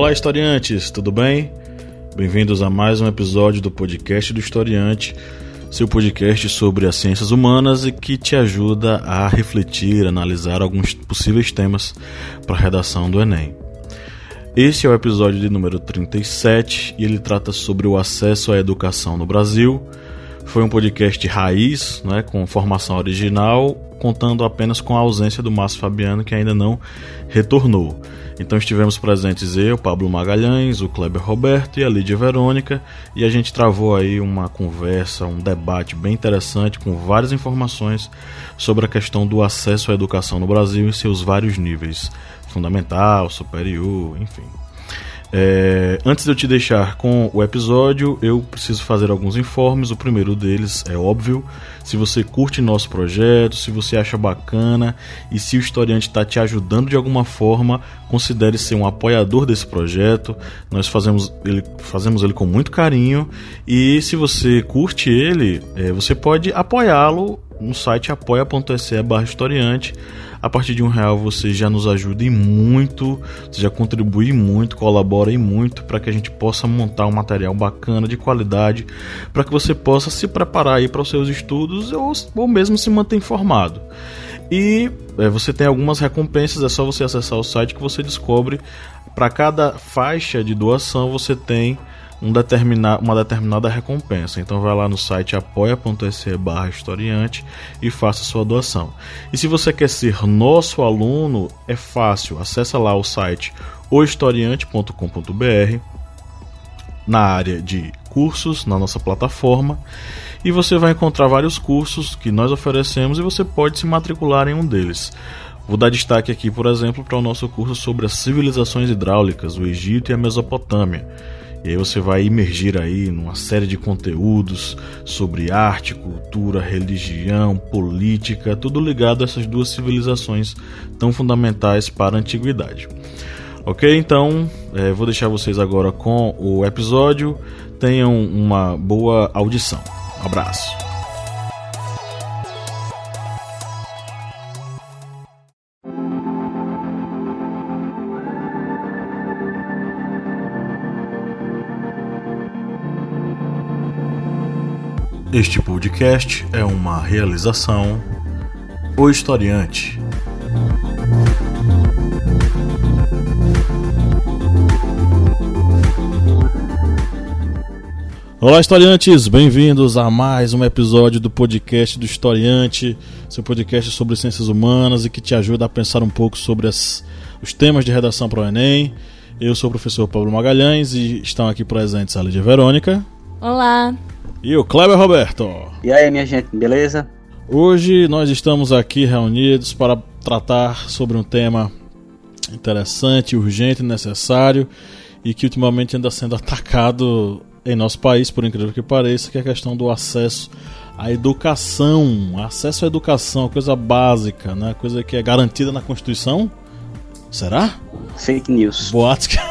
Olá, historiantes, tudo bem? Bem-vindos a mais um episódio do podcast do Historiante, seu podcast sobre as ciências humanas e que te ajuda a refletir, analisar alguns possíveis temas para a redação do Enem. Este é o episódio de número 37 e ele trata sobre o acesso à educação no Brasil. Foi um podcast raiz, né, com formação original, contando apenas com a ausência do Márcio Fabiano, que ainda não retornou. Então estivemos presentes eu, Pablo Magalhães, o Kleber Roberto e a Lídia Verônica, e a gente travou aí uma conversa, um debate bem interessante com várias informações sobre a questão do acesso à educação no Brasil em seus vários níveis, fundamental, superior, enfim. Antes de eu te deixar com o episódio, eu preciso fazer alguns informes. O primeiro deles é óbvio: se você curte nosso projeto, se você acha bacana e se o historiante está te ajudando de alguma forma, considere ser um apoiador desse projeto. Nós fazemos ele com muito carinho, e se você curte ele, você pode apoiá-lo no site apoia.se/historiante. A partir de R$1 você já nos ajuda e muito, você já contribui muito, colabora e muito para que a gente possa montar um material bacana, de qualidade, para que você possa se preparar aí para os seus estudos ou mesmo se manter informado. E você tem algumas recompensas, é só você acessar o site que você descobre. Para cada faixa de doação você tem uma determinada recompensa. Então vai lá no site apoia.se/historiante e faça sua doação. E se você quer ser nosso aluno, é fácil, acessa lá o site ohistoriante.com.br, na área de cursos, na nossa plataforma, e você vai encontrar vários cursos que nós oferecemos e você pode se matricular em um deles. Vou dar destaque aqui, por exemplo, para o nosso curso sobre as civilizações hidráulicas, o Egito e a Mesopotâmia. E aí você vai imergir aí numa série de conteúdos sobre arte, cultura, religião, política, tudo ligado a essas duas civilizações tão fundamentais para a antiguidade. Ok? Então, vou deixar vocês agora com o episódio. Tenham uma boa audição. Abraço. Este podcast é uma realização O Historiante. Olá, historiantes! Bem-vindos a mais um episódio do podcast do Historiante, seu podcast sobre ciências humanas e que te ajuda a pensar um pouco sobre os temas de redação para o Enem. Eu sou o professor Pablo Magalhães e estão aqui presentes a Lídia Verônica. Olá! E o Kleber Roberto. E aí, minha gente, beleza? Hoje nós estamos aqui reunidos para tratar sobre um tema interessante, urgente, necessário e que ultimamente anda sendo atacado em nosso país, por incrível que pareça, que é a questão do acesso à educação. Acesso à educação, coisa básica, né? Coisa que é garantida na Constituição. Será? Fake news. Boatos que...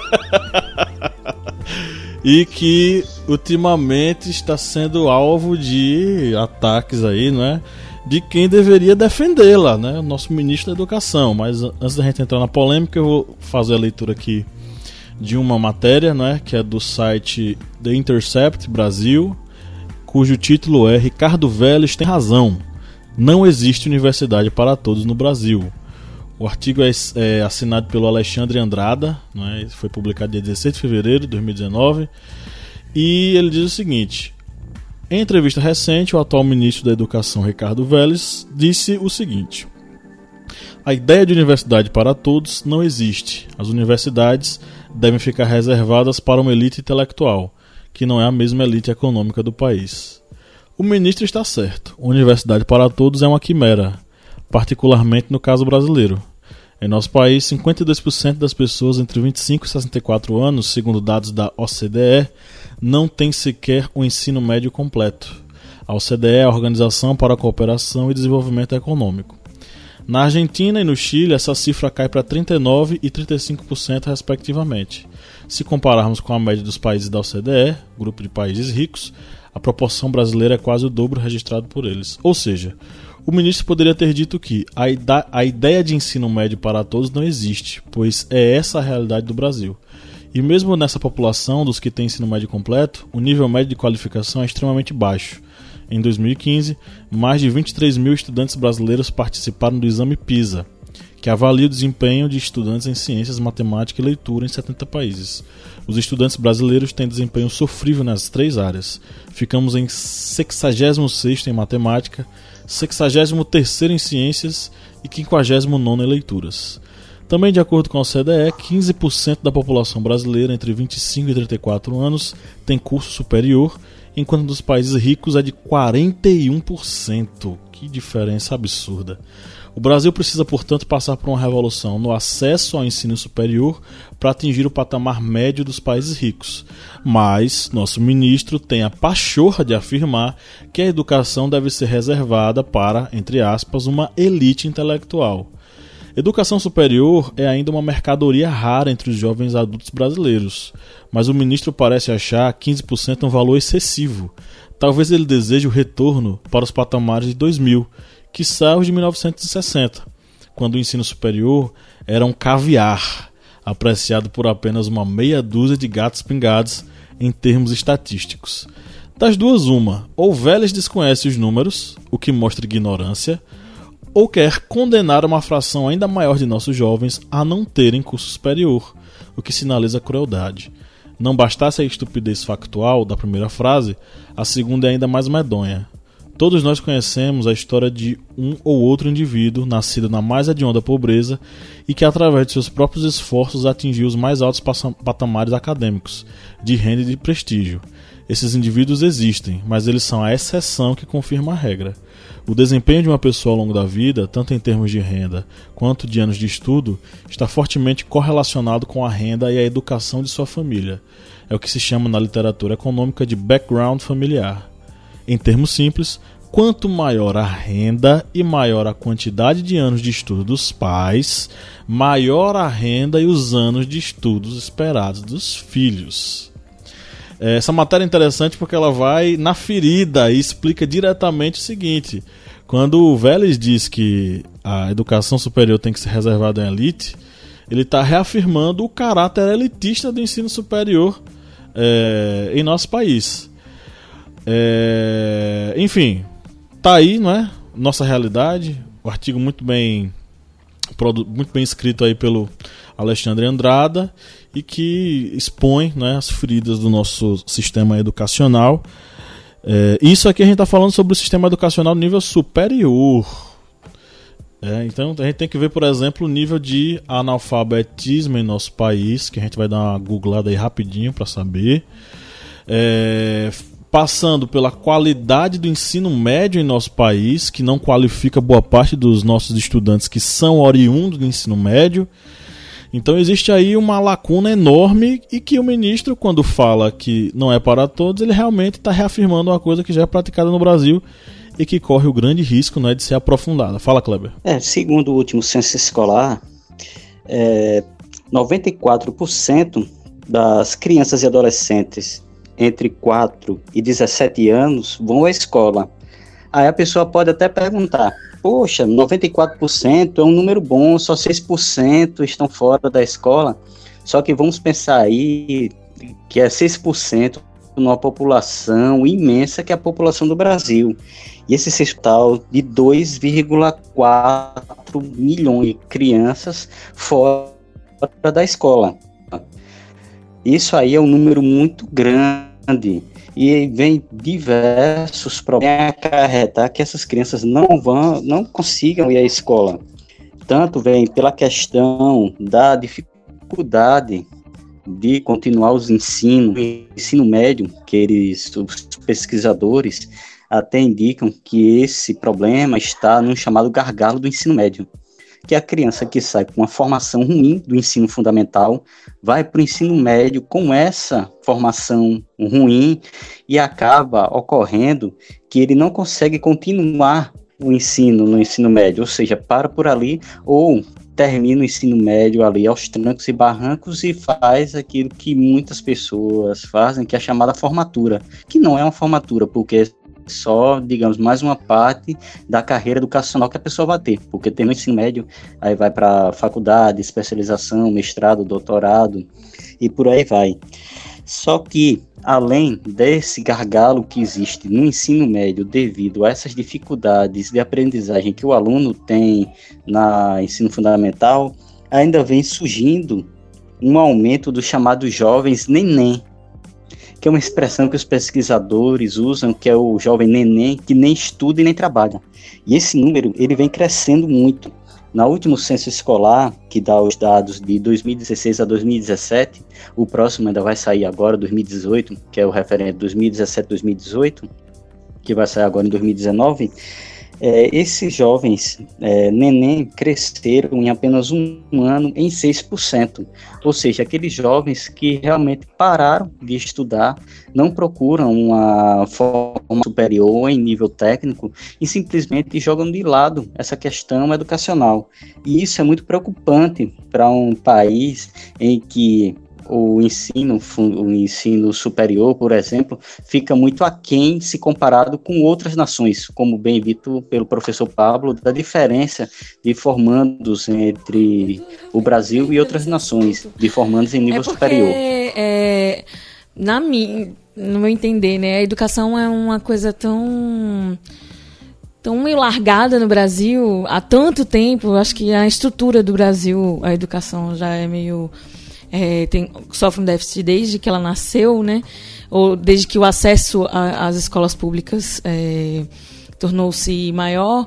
E que ultimamente está sendo alvo de ataques aí, né, de quem deveria defendê-la, né, o nosso ministro da Educação. Mas antes da gente entrar na polêmica, eu vou fazer a leitura aqui de uma matéria, né, que é do site The Intercept Brasil, cujo título é Ricardo Vélez tem razão, não existe universidade para todos no Brasil. O artigo é assinado pelo Alexandre Andrada, né? Foi publicado dia 16 de fevereiro de 2019, e ele diz o seguinte: em entrevista recente, o atual ministro da Educação, Ricardo Vélez, disse o seguinte: a ideia de universidade para todos não existe. As universidades devem ficar reservadas para uma elite intelectual, que não é a mesma elite econômica do país. O ministro está certo, universidade para todos é uma quimera, particularmente no caso brasileiro. Em nosso país, 52% das pessoas entre 25 e 64 anos, segundo dados da OCDE, não têm sequer o ensino médio completo. A OCDE é a Organização para a Cooperação e Desenvolvimento Econômico. Na Argentina e no Chile, essa cifra cai para 39% e 35% respectivamente. Se compararmos com a média dos países da OCDE, grupo de países ricos, a proporção brasileira é quase o dobro registrado por eles. Ou seja, o ministro poderia ter dito que a ideia de ensino médio para todos não existe, pois é essa a realidade do Brasil. E mesmo nessa população dos que têm ensino médio completo, o nível médio de qualificação é extremamente baixo. Em 2015, mais de 23 mil estudantes brasileiros participaram do exame PISA, que avalia o desempenho de estudantes em ciências, matemática e leitura em 70 países. Os estudantes brasileiros têm desempenho sofrível nas 3 áreas. Ficamos em 66º em matemática, 63º em ciências e 59º em leituras. Também, de acordo com a OCDE, 15% da população brasileira entre 25 e 34 anos tem curso superior, enquanto nos países ricos é de 41%. Que diferença absurda. O Brasil precisa, portanto, passar por uma revolução no acesso ao ensino superior para atingir o patamar médio dos países ricos. Mas nosso ministro tem a pachorra de afirmar que a educação deve ser reservada para, entre aspas, uma elite intelectual. Educação superior é ainda uma mercadoria rara entre os jovens adultos brasileiros, mas o ministro parece achar 15% um valor excessivo. Talvez ele deseje o retorno para os patamares de 2000, quiçá os de 1960, quando o ensino superior era um caviar, apreciado por apenas uma meia dúzia de gatos pingados em termos estatísticos. Das duas, uma: ou Vélez desconhece os números, o que mostra ignorância, ou quer condenar uma fração ainda maior de nossos jovens a não terem curso superior, o que sinaliza crueldade. Não bastasse a estupidez factual da primeira frase, a segunda é ainda mais medonha. Todos nós conhecemos a história de um ou outro indivíduo nascido na mais hedionda pobreza e que, através de seus próprios esforços, atingiu os mais altos patamares acadêmicos, de renda e de prestígio. Esses indivíduos existem, mas eles são a exceção que confirma a regra. O desempenho de uma pessoa ao longo da vida, tanto em termos de renda quanto de anos de estudo, está fortemente correlacionado com a renda e a educação de sua família. É o que se chama na literatura econômica de background familiar. Em termos simples, quanto maior a renda e maior a quantidade de anos de estudo dos pais, maior a renda e os anos de estudos esperados dos filhos. Essa matéria é interessante porque ela vai na ferida e explica diretamente o seguinte: quando o Vélez diz que a educação superior tem que ser reservada à elite, ele está reafirmando o caráter elitista do ensino superior em nosso país. Enfim, tá aí, não é? Nossa realidade. O artigo muito bem escrito aí pelo Alexandre Andrada e que expõe, né, as feridas do nosso sistema educacional. Isso aqui a gente está falando sobre o sistema educacional nível superior. Então a gente tem que ver, por exemplo, o nível de analfabetismo em nosso país, que a gente vai dar uma googlada aí rapidinho para saber. Passando pela qualidade do ensino médio em nosso país, que não qualifica boa parte dos nossos estudantes que são oriundos do ensino médio. Então existe aí uma lacuna enorme e que o ministro, quando fala que não é para todos, ele realmente está reafirmando uma coisa que já é praticada no Brasil e que corre o grande risco, né, de ser aprofundada. Fala, Kleber. Segundo o último censo escolar, 94% das crianças e adolescentes entre 4 e 17 anos vão à escola. Aí a pessoa pode até perguntar: poxa, 94% é um número bom, só 6% estão fora da escola. Só que vamos pensar aí que é 6% numa população imensa que é a população do Brasil. E esse total de 2,4 milhões de crianças fora da escola. Isso aí é um número muito grande e vem diversos problemas acarretar que essas crianças não consigam ir à escola. Tanto vem pela questão da dificuldade de continuar o ensino médio, que os pesquisadores até indicam que esse problema está no chamado gargalo do ensino médio, que a criança que sai com uma formação ruim do ensino fundamental vai para o ensino médio com essa formação ruim e acaba ocorrendo que ele não consegue continuar o ensino no ensino médio, ou seja, para por ali ou termina o ensino médio ali aos trancos e barrancos e faz aquilo que muitas pessoas fazem, que é a chamada formatura, que não é uma formatura, porque só, digamos, mais uma parte da carreira educacional que a pessoa vai ter, porque tem no ensino médio, aí vai para faculdade, especialização, mestrado, doutorado, e por aí vai. Só que, além desse gargalo que existe no ensino médio devido a essas dificuldades de aprendizagem que o aluno tem no ensino fundamental, ainda vem surgindo um aumento dos chamados jovens neném, que é uma expressão que os pesquisadores usam, que é o jovem neném que nem estuda e nem trabalha. E esse número ele vem crescendo muito. No último censo escolar, que dá os dados de 2016 a 2017, o próximo ainda vai sair agora, 2018, que é o referente 2017-2018, que vai sair agora em 2019, esses jovens neném cresceram em apenas um ano em 6%, ou seja, aqueles jovens que realmente pararam de estudar, não procuram uma forma superior em nível técnico e simplesmente jogam de lado essa questão educacional. E isso é muito preocupante para um país em que o ensino superior, por exemplo, fica muito aquém se comparado com outras nações, como bem dito pelo professor Pablo, da diferença de formandos entre o Brasil e outras nações, de formandos em nível superior. No meu entender, né, a educação é uma coisa tão meio largada no Brasil há tanto tempo. Acho que a estrutura do Brasil, a educação já é meio... sofre um déficit desde que ela nasceu, né? Ou desde que o acesso às escolas públicas tornou-se maior,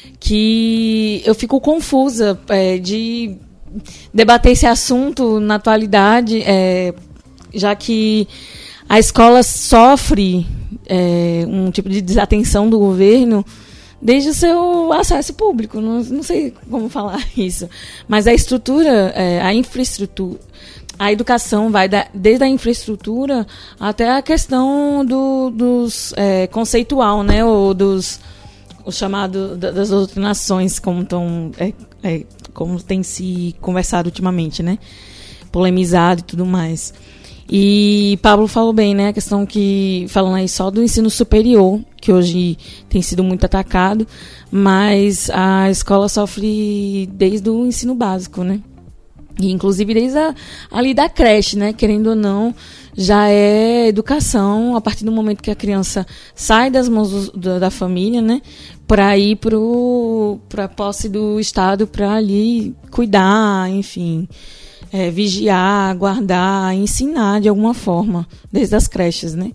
que eu fico confusa de debater esse assunto na atualidade, já que a escola sofre um tipo de desatenção do governo desde o seu acesso público. Não sei como falar isso, mas a estrutura, a infraestrutura, a educação vai desde a infraestrutura até a questão dos conceitual, né, ou o chamado das doutrinações, como tem se conversado ultimamente, né, polemizado e tudo mais. E Pablo falou bem, né, a questão que, falando aí só do ensino superior, que hoje tem sido muito atacado, mas a escola sofre desde o ensino básico, né, e inclusive desde ali da creche, né, querendo ou não, já é educação a partir do momento que a criança sai das mãos da família, né, para ir para a posse do Estado, para ali cuidar, enfim, vigiar, guardar, ensinar de alguma forma, desde as creches, né?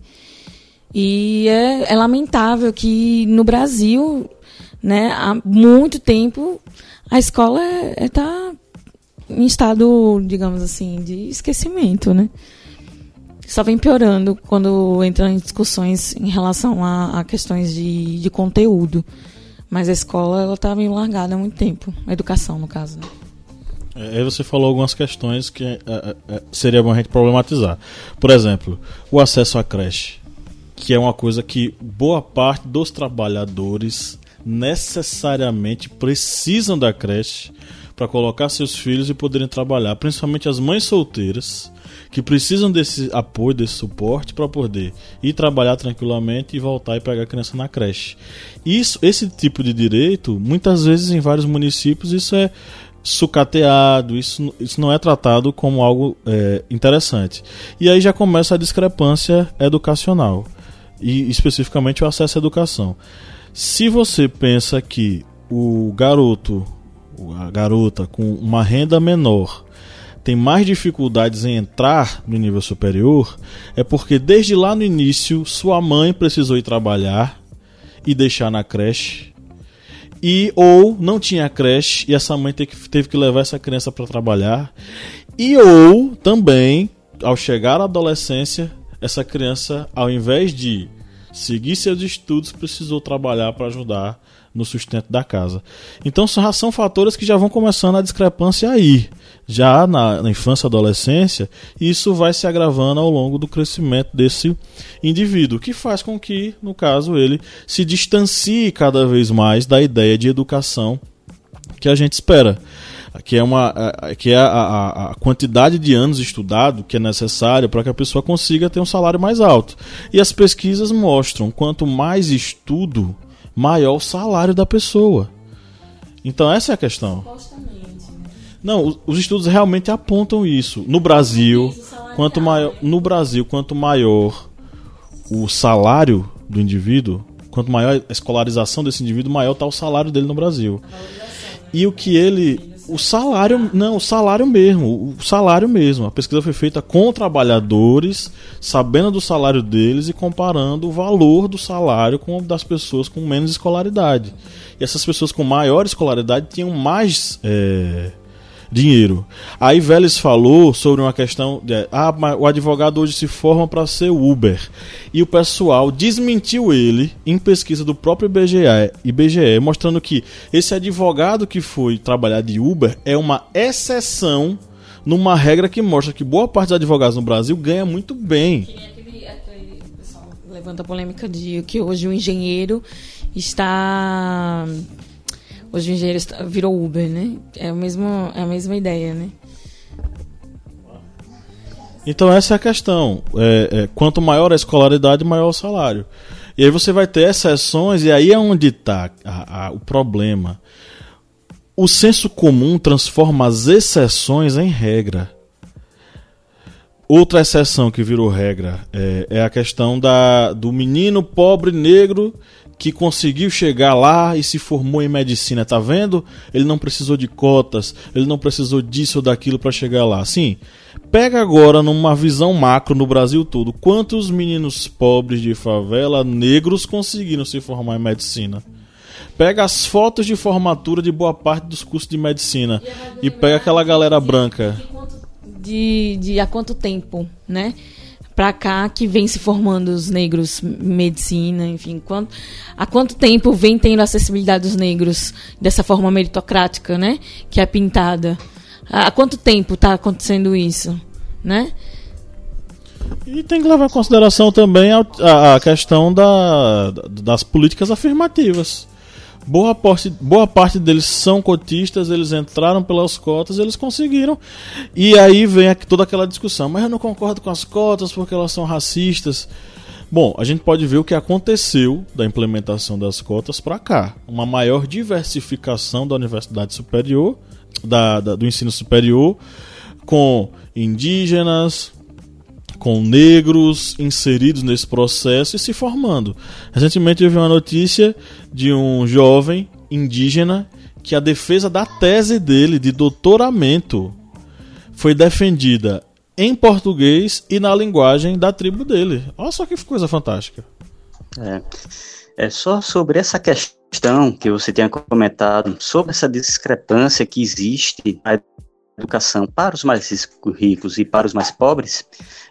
E é lamentável que no Brasil, né, há muito tempo, a escola está em estado, digamos assim, de esquecimento, né? Só vem piorando quando entra em discussões em relação a questões de conteúdo. Mas a escola está meio largada há muito tempo, a educação, no caso, né? Aí você falou algumas questões que seria bom a gente problematizar. Por exemplo, o acesso à creche, que é uma coisa que boa parte dos trabalhadores necessariamente precisam da creche para colocar seus filhos e poderem trabalhar, principalmente as mães solteiras, que precisam desse apoio, desse suporte para poder ir trabalhar tranquilamente e voltar e pegar a criança na creche. Esse tipo de direito, muitas vezes em vários municípios, isso é sucateado, isso não é tratado como algo interessante. E aí já começa a discrepância educacional, e especificamente o acesso à educação. Se você pensa que o garoto, a garota com uma renda menor tem mais dificuldades em entrar no nível superior, é porque desde lá no início sua mãe precisou ir trabalhar e deixar na creche, ou não tinha creche e essa mãe teve que levar essa criança para trabalhar, ou também, ao chegar à adolescência, essa criança, ao invés de seguir seus estudos, precisou trabalhar para ajudar no sustento da casa. Então são fatores que já vão começando a discrepância aí, já na infância e adolescência, e isso vai se agravando ao longo do crescimento desse indivíduo, que faz com que, no caso, ele se distancie cada vez mais da ideia de educação que a gente espera. que é a quantidade de anos estudado que é necessária para que a pessoa consiga ter um salário mais alto. E as pesquisas mostram, quanto mais estudo, maior o salário da pessoa. Então essa é a questão. Não, os estudos realmente apontam isso. No Brasil, quanto maior o salário do indivíduo, quanto maior a escolarização desse indivíduo, maior está o salário dele no Brasil. E o salário mesmo. A pesquisa foi feita com trabalhadores, sabendo do salário deles e comparando o valor do salário com o das pessoas com menos escolaridade. E essas pessoas com maior escolaridade tinham mais dinheiro. Aí Vélez falou sobre uma questão o advogado hoje se forma para ser Uber, e o pessoal desmentiu ele em pesquisa do próprio IBGE, mostrando que esse advogado que foi trabalhar de Uber é uma exceção numa regra que mostra que boa parte dos advogados no Brasil ganha muito bem. Aquele pessoal levanta a polêmica de que hoje o engenheiro está... Hoje o engenheiro virou Uber, né? É a mesma ideia, né? Então essa é a questão. Quanto maior a escolaridade, maior o salário. E aí você vai ter exceções, e aí é onde está o problema. O senso comum transforma as exceções em regra. Outra exceção que virou regra é a questão do menino pobre negro que conseguiu chegar lá e se formou em medicina, tá vendo? Ele não precisou de cotas, ele não precisou disso ou daquilo para chegar lá. Sim, pega agora numa visão macro no Brasil todo, quantos meninos pobres de favela, negros, conseguiram se formar em medicina? Pega as fotos de formatura de boa parte dos cursos de medicina e pega aquela galera branca. De há quanto tempo, né? Pra cá que vem se formando os negros em medicina, enfim, há quanto tempo vem tendo acessibilidade dos negros dessa forma meritocrática, né, que é pintada? Há quanto tempo está acontecendo isso, né? E tem que levar em consideração também a questão das políticas afirmativas. Boa parte deles são cotistas, eles entraram pelas cotas, eles conseguiram. E aí vem toda aquela discussão, mas eu não concordo com as cotas porque elas são racistas. Bom, a gente pode ver o que aconteceu da implementação das cotas para cá. Uma maior diversificação da universidade superior, do ensino superior, com indígenas, com negros inseridos nesse processo e se formando. Recentemente eu vi uma notícia de um jovem indígena que a defesa da tese dele de doutoramento foi defendida em português e na linguagem da tribo dele. Olha só que coisa fantástica. É só sobre essa questão que você tinha comentado, sobre essa discrepância que existe na educação para os mais ricos e para os mais pobres,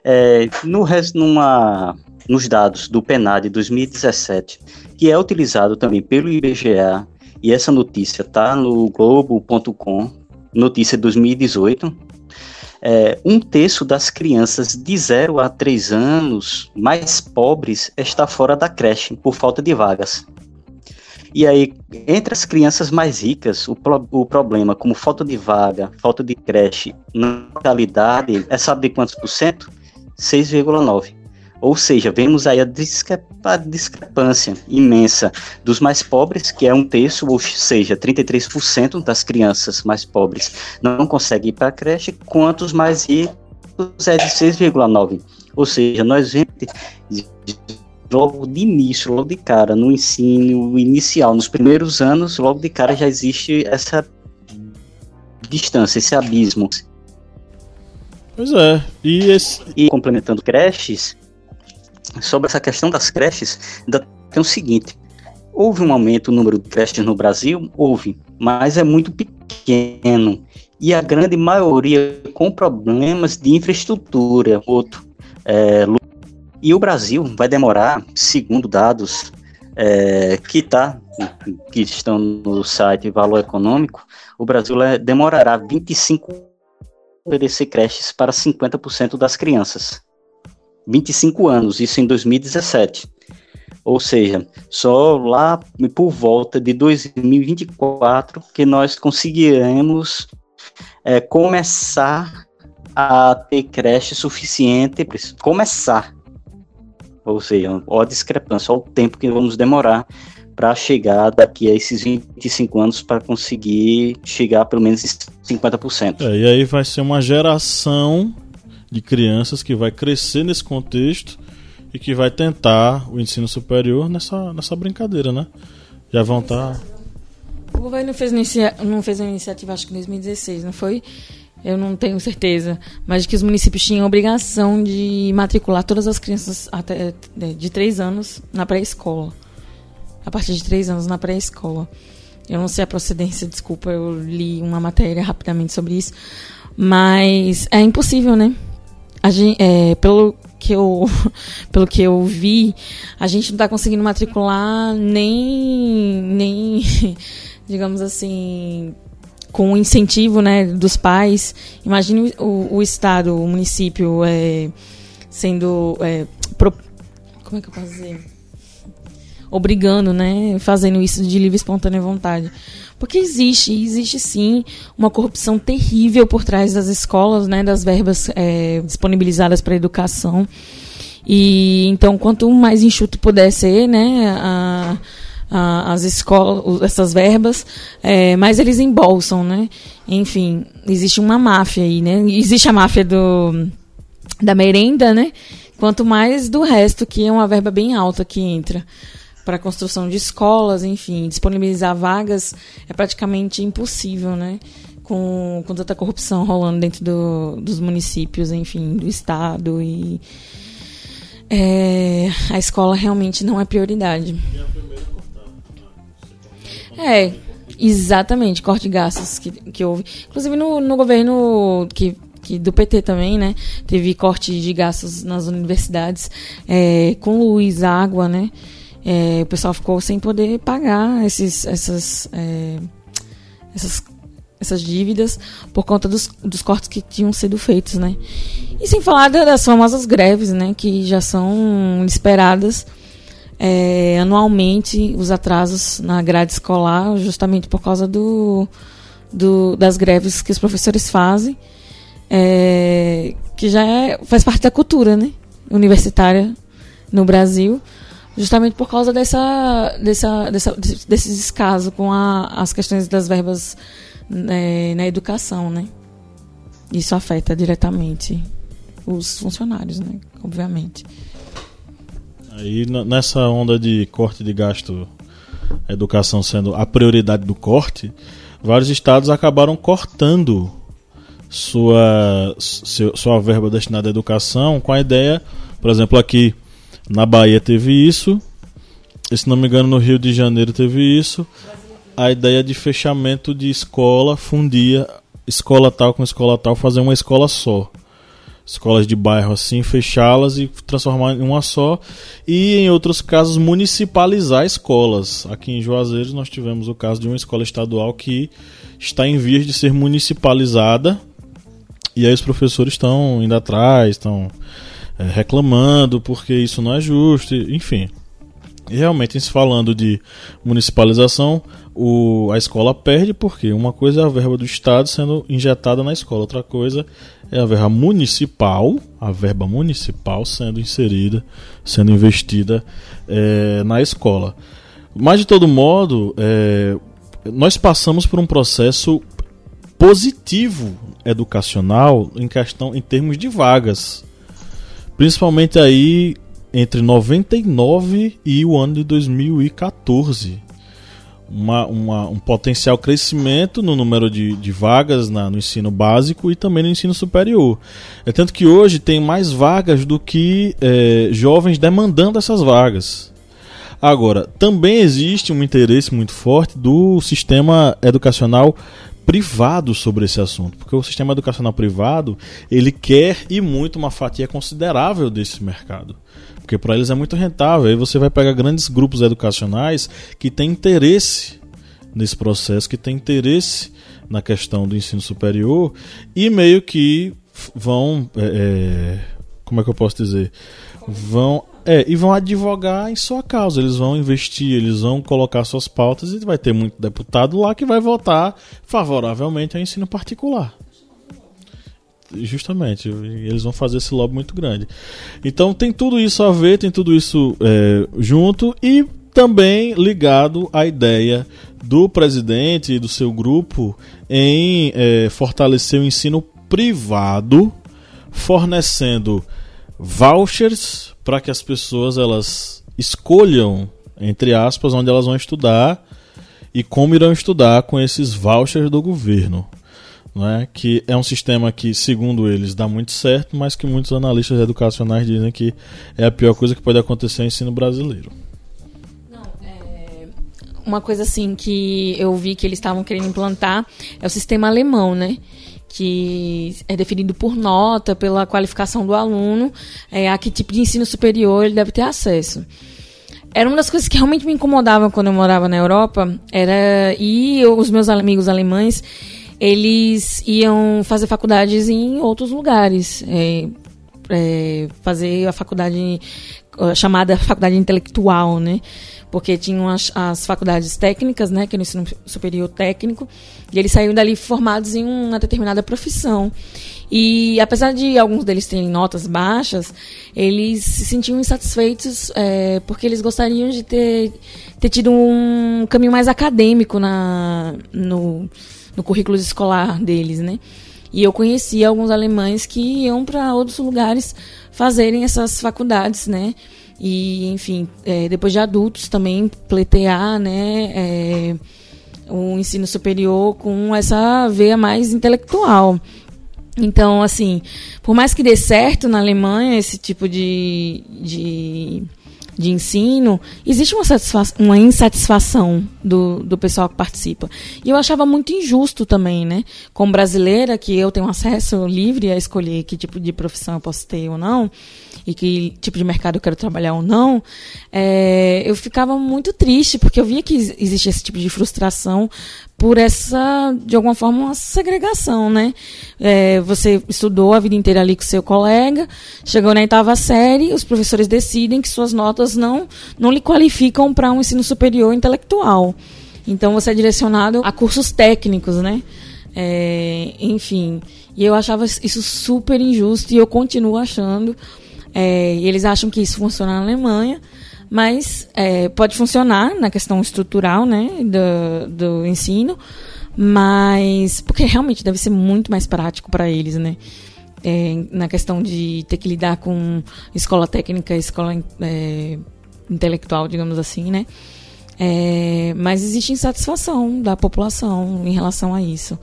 nos dados do PNAD 2017, que é utilizado também pelo IBGE, e essa notícia está no Globo.com, notícia 2018, um terço das crianças de 0 a 3 anos mais pobres está fora da creche por falta de vagas. E aí, entre as crianças mais ricas, o problema, como falta de vaga, falta de creche, natalidade, sabe de quantos por cento? 6,9%. Ou seja, vemos aí a discrepância imensa dos mais pobres, que é um terço, ou seja, 33% das crianças mais pobres não conseguem ir para a creche, quanto os mais ricos é de 6,9%. Ou seja, nós vemos logo de início, logo de cara, no ensino inicial, nos primeiros anos, logo de cara já existe essa distância, esse abismo. Pois é. E complementando creches, sobre essa questão das creches, ainda tem o seguinte: houve um aumento no número de creches no Brasil? Houve, mas é muito pequeno. E a grande maioria com problemas de infraestrutura. E o Brasil vai demorar, segundo dados que estão no site Valor Econômico, o Brasil demorará 25 anos para oferecer creches para 50% das crianças. 25 anos, isso em 2017. Ou seja, só lá por volta de 2024 que nós conseguiremos começar a ter creche suficiente, começar, ou seja, olha a discrepância, olha o tempo que vamos demorar para chegar daqui a esses 25 anos para conseguir chegar a pelo menos 50%. E aí vai ser uma geração de crianças que vai crescer nesse contexto e que vai tentar o ensino superior nessa brincadeira, né? Já vão estar... O governo não fez a iniciativa, acho que em 2016, não foi? Eu não tenho certeza, mas que os municípios tinham a obrigação de matricular todas as crianças até de 3 anos na pré-escola. A partir de 3 anos na pré-escola. Eu não sei a procedência, desculpa, eu li uma matéria rapidamente sobre isso, mas é impossível, né? Pelo que eu vi, a gente não está conseguindo matricular nem digamos assim, com o incentivo, né, dos pais. Imagine o Estado, o município sendo... como é que eu posso dizer? Obrigando, né, fazendo isso de livre e espontânea vontade. Porque existe sim uma corrupção terrível por trás das escolas, né, das verbas disponibilizadas para a educação. E então, quanto mais enxuto puder ser, né, as escolas, essas verbas, mais eles embolsam, né? Enfim, existe uma máfia aí, né? Existe a máfia da merenda, né? Quanto mais do resto, que é uma verba bem alta que entra para a construção de escolas, enfim, disponibilizar vagas é praticamente impossível, né? Com tanta corrupção rolando dentro dos municípios, enfim, do estado, e a escola realmente não é prioridade. Exatamente, corte de gastos que houve. Inclusive no governo do PT também, né? Teve corte de gastos nas universidades, com luz, água, né? O pessoal ficou sem poder pagar essas dívidas por conta dos cortes que tinham sido feitos, né? E sem falar das famosas greves, né? Que já são esperadas anualmente, os atrasos na grade escolar, justamente por causa das greves que os professores fazem, que já faz parte da cultura, né, universitária no Brasil, justamente por causa desse descaso com as questões das verbas na educação, né? Isso afeta diretamente os funcionários, né, obviamente. Aí nessa onda de corte de gasto, a educação sendo a prioridade do corte, vários estados acabaram cortando sua verba destinada à educação, com a ideia, por exemplo, aqui na Bahia teve isso, e, se não me engano no Rio de Janeiro teve isso, a ideia de fechamento de escola, fundir escola tal com escola tal, fazer uma escola só. Escolas de bairro assim, fechá-las e transformar em uma só, e em outros casos municipalizar escolas. Aqui em Juazeiro nós tivemos o caso de uma escola estadual que está em vias de ser municipalizada, e aí os professores estão indo atrás, estão reclamando porque isso não é justo, enfim. E realmente, se falando de municipalização, a escola perde, porque uma coisa é a verba do Estado sendo injetada na escola, outra coisa é a verba municipal sendo inserida, sendo investida na escola. Mas, de todo modo, nós passamos por um processo positivo educacional em termos de vagas, principalmente aí entre 99 e o ano de 2014. Um potencial crescimento no número de vagas no ensino básico e também no ensino superior. É tanto que hoje tem mais vagas do que jovens demandando essas vagas. Agora, também existe um interesse muito forte do sistema educacional privado sobre esse assunto, porque o sistema educacional privado, ele quer e muito uma fatia considerável desse mercado, porque para eles é muito rentável. Aí você vai pegar grandes grupos educacionais que têm interesse nesse processo, que têm interesse na questão do ensino superior, e meio que vão, como é que eu posso dizer, vão e vão advogar em sua causa. Eles vão investir, eles vão colocar suas pautas e vai ter muito deputado lá que vai votar favoravelmente ao ensino particular. Justamente, eles vão fazer esse lobby muito grande. Então tem tudo isso a ver, tem tudo isso junto e também ligado à ideia do presidente e do seu grupo em fortalecer o ensino privado, fornecendo vouchers para que as pessoas elas escolham, entre aspas, onde elas vão estudar e como irão estudar com esses vouchers do governo. Não é? Que é um sistema que, segundo eles, dá muito certo, mas que muitos analistas educacionais dizem que é a pior coisa que pode acontecer no ensino brasileiro. Uma coisa assim que eu vi que eles estavam querendo implantar é o sistema alemão, né? Que é definido por nota, pela qualificação do aluno, a que tipo de ensino superior ele deve ter acesso. Era uma das coisas que realmente me incomodavam quando eu morava na Europa, e os meus amigos alemães, eles iam fazer faculdades em outros lugares, fazer a faculdade chamada faculdade intelectual, né? Porque tinham as faculdades técnicas, né, que é o ensino superior técnico, e eles saíam dali formados em uma determinada profissão. E apesar de alguns deles terem notas baixas, eles se sentiam insatisfeitos porque eles gostariam de ter tido um caminho mais acadêmico no currículo escolar deles, né? E eu conheci alguns alemães que iam para outros lugares fazerem essas faculdades, né? E, enfim, depois de adultos também pleitear, né, o ensino superior com essa veia mais intelectual. Então, assim, por mais que dê certo na Alemanha esse tipo de ensino, existe uma insatisfação do pessoal que participa. E eu achava muito injusto também, né? Como brasileira, que eu tenho acesso livre a escolher que tipo de profissão eu posso ter ou não, e que tipo de mercado eu quero trabalhar ou não, eu ficava muito triste, porque eu via que existe esse tipo de frustração por essa, de alguma forma, uma segregação, né? Você estudou a vida inteira ali com seu colega, chegou na 8ª série, os professores decidem que suas notas não lhe qualificam para um ensino superior intelectual. Então, você é direcionado a cursos técnicos, né? Enfim, e eu achava isso super injusto e eu continuo achando. E eles acham que isso funciona na Alemanha, mas pode funcionar na questão estrutural, né, do ensino, mas porque realmente deve ser muito mais prático para eles, né, na questão de ter que lidar com escola técnica, escola intelectual, digamos assim, né, mas existe insatisfação da população em relação a isso,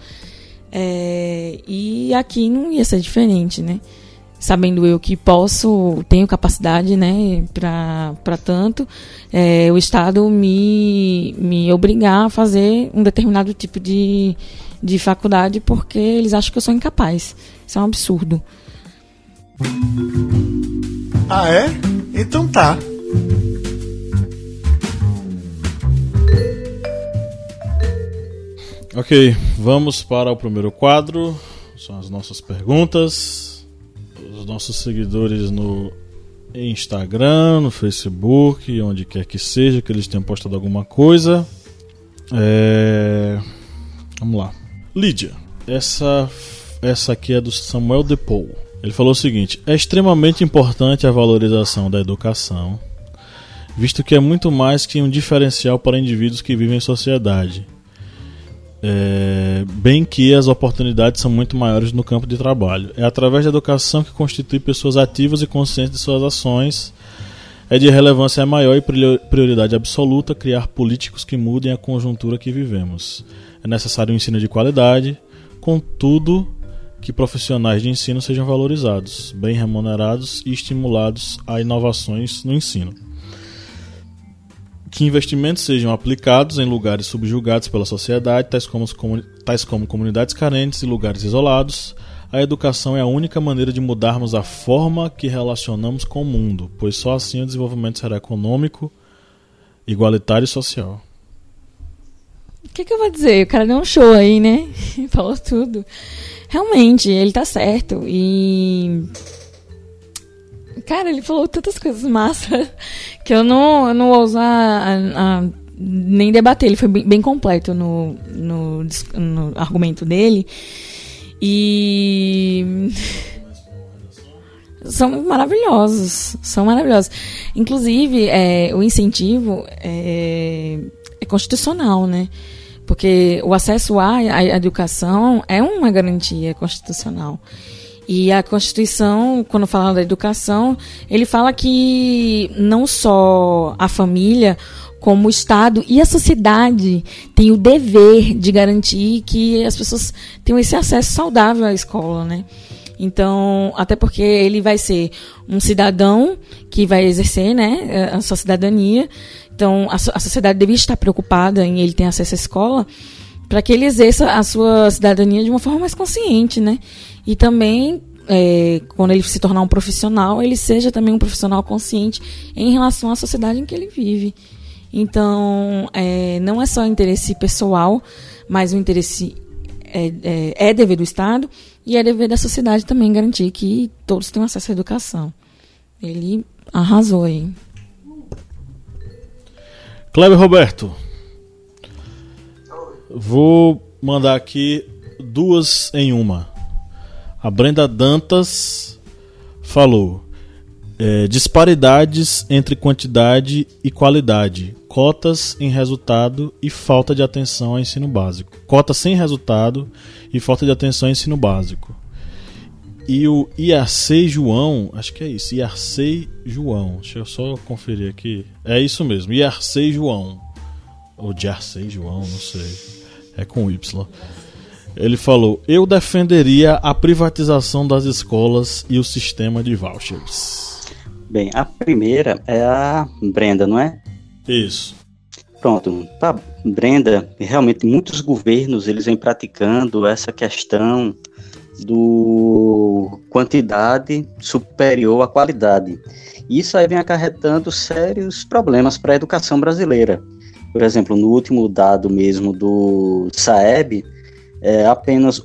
e aqui não ia ser diferente, né. Sabendo eu que tenho capacidade, né, para tanto, o Estado me obrigar a fazer um determinado tipo de faculdade porque eles acham que eu sou incapaz. Isso é um absurdo. Ah, é? Então tá. Ok, vamos para o primeiro quadro. São as nossas perguntas. Os nossos seguidores no Instagram, no Facebook, onde quer que seja, que eles tenham postado alguma coisa. Vamos lá. Lídia, essa aqui é do Samuel Depou. Ele falou o seguinte: é extremamente importante a valorização da educação, visto que é muito mais que um diferencial para indivíduos que vivem em sociedade. Bem que as oportunidades são muito maiores no campo de trabalho. É através da educação que constitui pessoas ativas e conscientes de suas ações. É de relevância maior e prioridade absoluta criar políticos que mudem a conjuntura que vivemos. É necessário um ensino de qualidade, contudo que profissionais de ensino sejam valorizados, bem remunerados e estimulados a inovações no ensino. Que investimentos sejam aplicados em lugares subjugados pela sociedade, tais como comunidades carentes e lugares isolados. A educação é a única maneira de mudarmos a forma que relacionamos com o mundo, pois só assim o desenvolvimento será econômico, igualitário e social. O que eu vou dizer? O cara deu um show aí, né? Falou tudo. Realmente, ele tá certo. E Cara, ele falou tantas coisas massas que eu não vou usar nem debater. Ele foi bem completo no argumento dele. E são maravilhosos. Inclusive, o incentivo é constitucional, né? Porque o acesso à educação é uma garantia constitucional. E a Constituição, quando fala da educação, ele fala que não só a família, como o Estado e a sociedade têm o dever de garantir que as pessoas tenham esse acesso saudável à escola, né? Então, até porque ele vai ser um cidadão que vai exercer, né, a sua cidadania. Então, a sociedade devia estar preocupada em ele ter acesso à escola para que ele exerça a sua cidadania de uma forma mais consciente, né? E também, quando ele se tornar um profissional, ele seja também um profissional consciente em relação à sociedade em que ele vive. Então, não é só interesse pessoal, mas o interesse é dever do Estado e é dever da sociedade também garantir que todos tenham acesso à educação. Ele arrasou aí. Kleber Roberto, vou mandar aqui 2 em 1. A Brenda Dantas falou: disparidades entre quantidade e qualidade, cotas em resultado e falta de atenção ao ensino básico. Cotas sem resultado e falta de atenção ao ensino básico. E o Iarcei João, acho que é isso, Iarcei João, deixa eu só conferir aqui. É isso mesmo, Iarcei João. Ou Iarcei João, não sei. É com Y. Ele falou: eu defenderia a privatização das escolas e o sistema de vouchers. Bem, a primeira é a Brenda, não é? Isso. Pronto. Para Brenda, realmente muitos governos eles vêm praticando essa questão do quantidade superior à qualidade. Isso aí vem acarretando sérios problemas para a educação brasileira. Por exemplo, no último dado mesmo do SAEB, apenas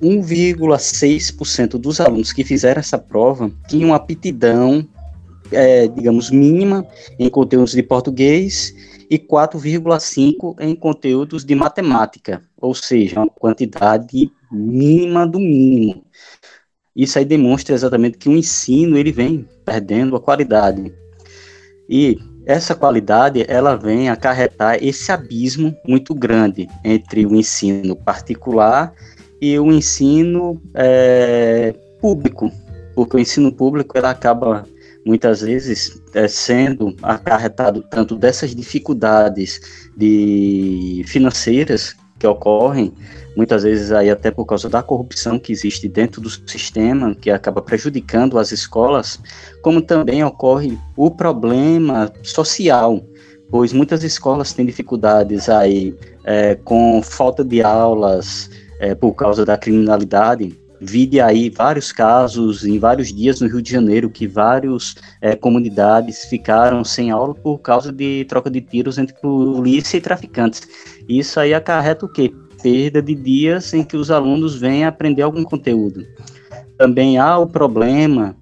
1,6% dos alunos que fizeram essa prova tinham aptidão, digamos, mínima em conteúdos de português e 4,5% em conteúdos de matemática, ou seja, uma quantidade mínima do mínimo. Isso aí demonstra exatamente que o ensino ele vem perdendo a qualidade. E essa qualidade ela vem acarretar esse abismo muito grande entre o ensino particular e o ensino público, porque o ensino público ele acaba muitas vezes sendo acarretado tanto dessas dificuldades financeiras que ocorrem, muitas vezes aí até por causa da corrupção que existe dentro do sistema, que acaba prejudicando as escolas, como também ocorre o problema social, pois muitas escolas têm dificuldades aí com falta de aulas por causa da criminalidade. Vide aí vários casos em vários dias no Rio de Janeiro que várias comunidades ficaram sem aula por causa de troca de tiros entre polícia e traficantes. Isso aí acarreta o quê? Perda de dias em que os alunos vêm aprender algum conteúdo. Também há o problema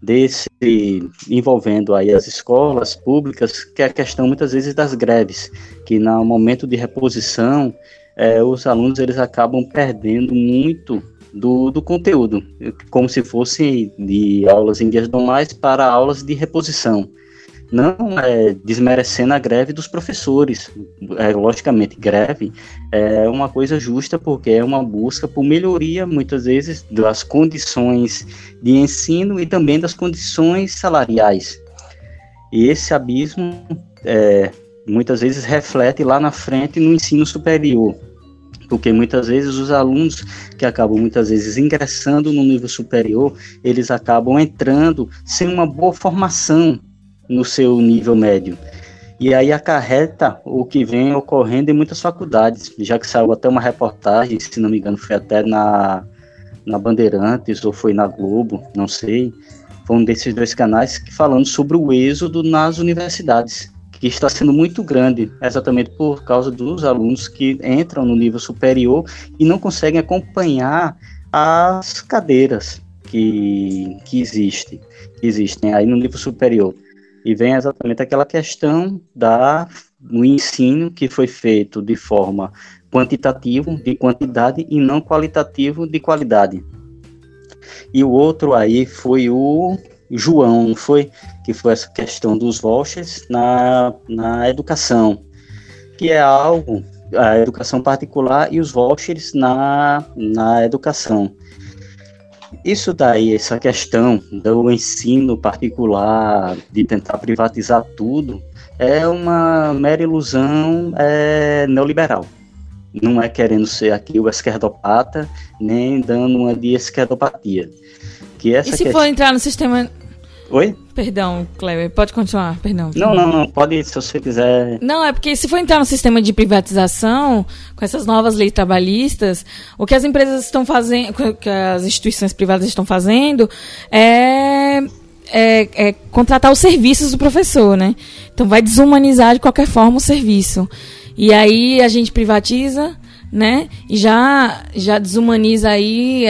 envolvendo aí as escolas públicas, que é a questão muitas vezes das greves, que no momento de reposição, os alunos eles acabam perdendo muito do conteúdo, como se fosse de aulas em dias normais para aulas de reposição. Não desmerecendo a greve dos professores. Logicamente, greve é uma coisa justa, porque é uma busca por melhoria, muitas vezes, das condições de ensino e também das condições salariais. E esse abismo, muitas vezes, reflete lá na frente no ensino superior, porque muitas vezes os alunos que acabam muitas vezes ingressando no nível superior, eles acabam entrando sem uma boa formação no seu nível médio. E aí acarreta o que vem ocorrendo em muitas faculdades, já que saiu até uma reportagem, se não me engano foi até na Bandeirantes ou foi na Globo, não sei, foi um desses 2 canais falando sobre o êxodo nas universidades, que está sendo muito grande, exatamente por causa dos alunos que entram no nível superior e não conseguem acompanhar as cadeiras. que existem aí no nível superior. E vem exatamente aquela questão do ensino que foi feito de forma quantitativa, de quantidade, e não qualitativo, de qualidade. E o outro aí foi o João, não foi? Que foi essa questão dos vouchers na educação, que é algo, a educação particular e os vouchers na educação. Isso daí, essa questão do ensino particular, de tentar privatizar tudo, é uma mera ilusão neoliberal. Não é querendo ser aqui o esquerdopata, nem dando uma de esquerdopatia. Que essa e se for entrar no sistema... Oi? Perdão, Kleber, pode continuar, perdão. Não, pode, se você quiser. Não, é porque se for entrar no sistema de privatização, com essas novas leis trabalhistas, o que as empresas estão fazendo, que as instituições privadas estão fazendo, é contratar os serviços do professor, né? Então vai desumanizar de qualquer forma o serviço. E aí a gente privatiza, né? E já desumaniza aí...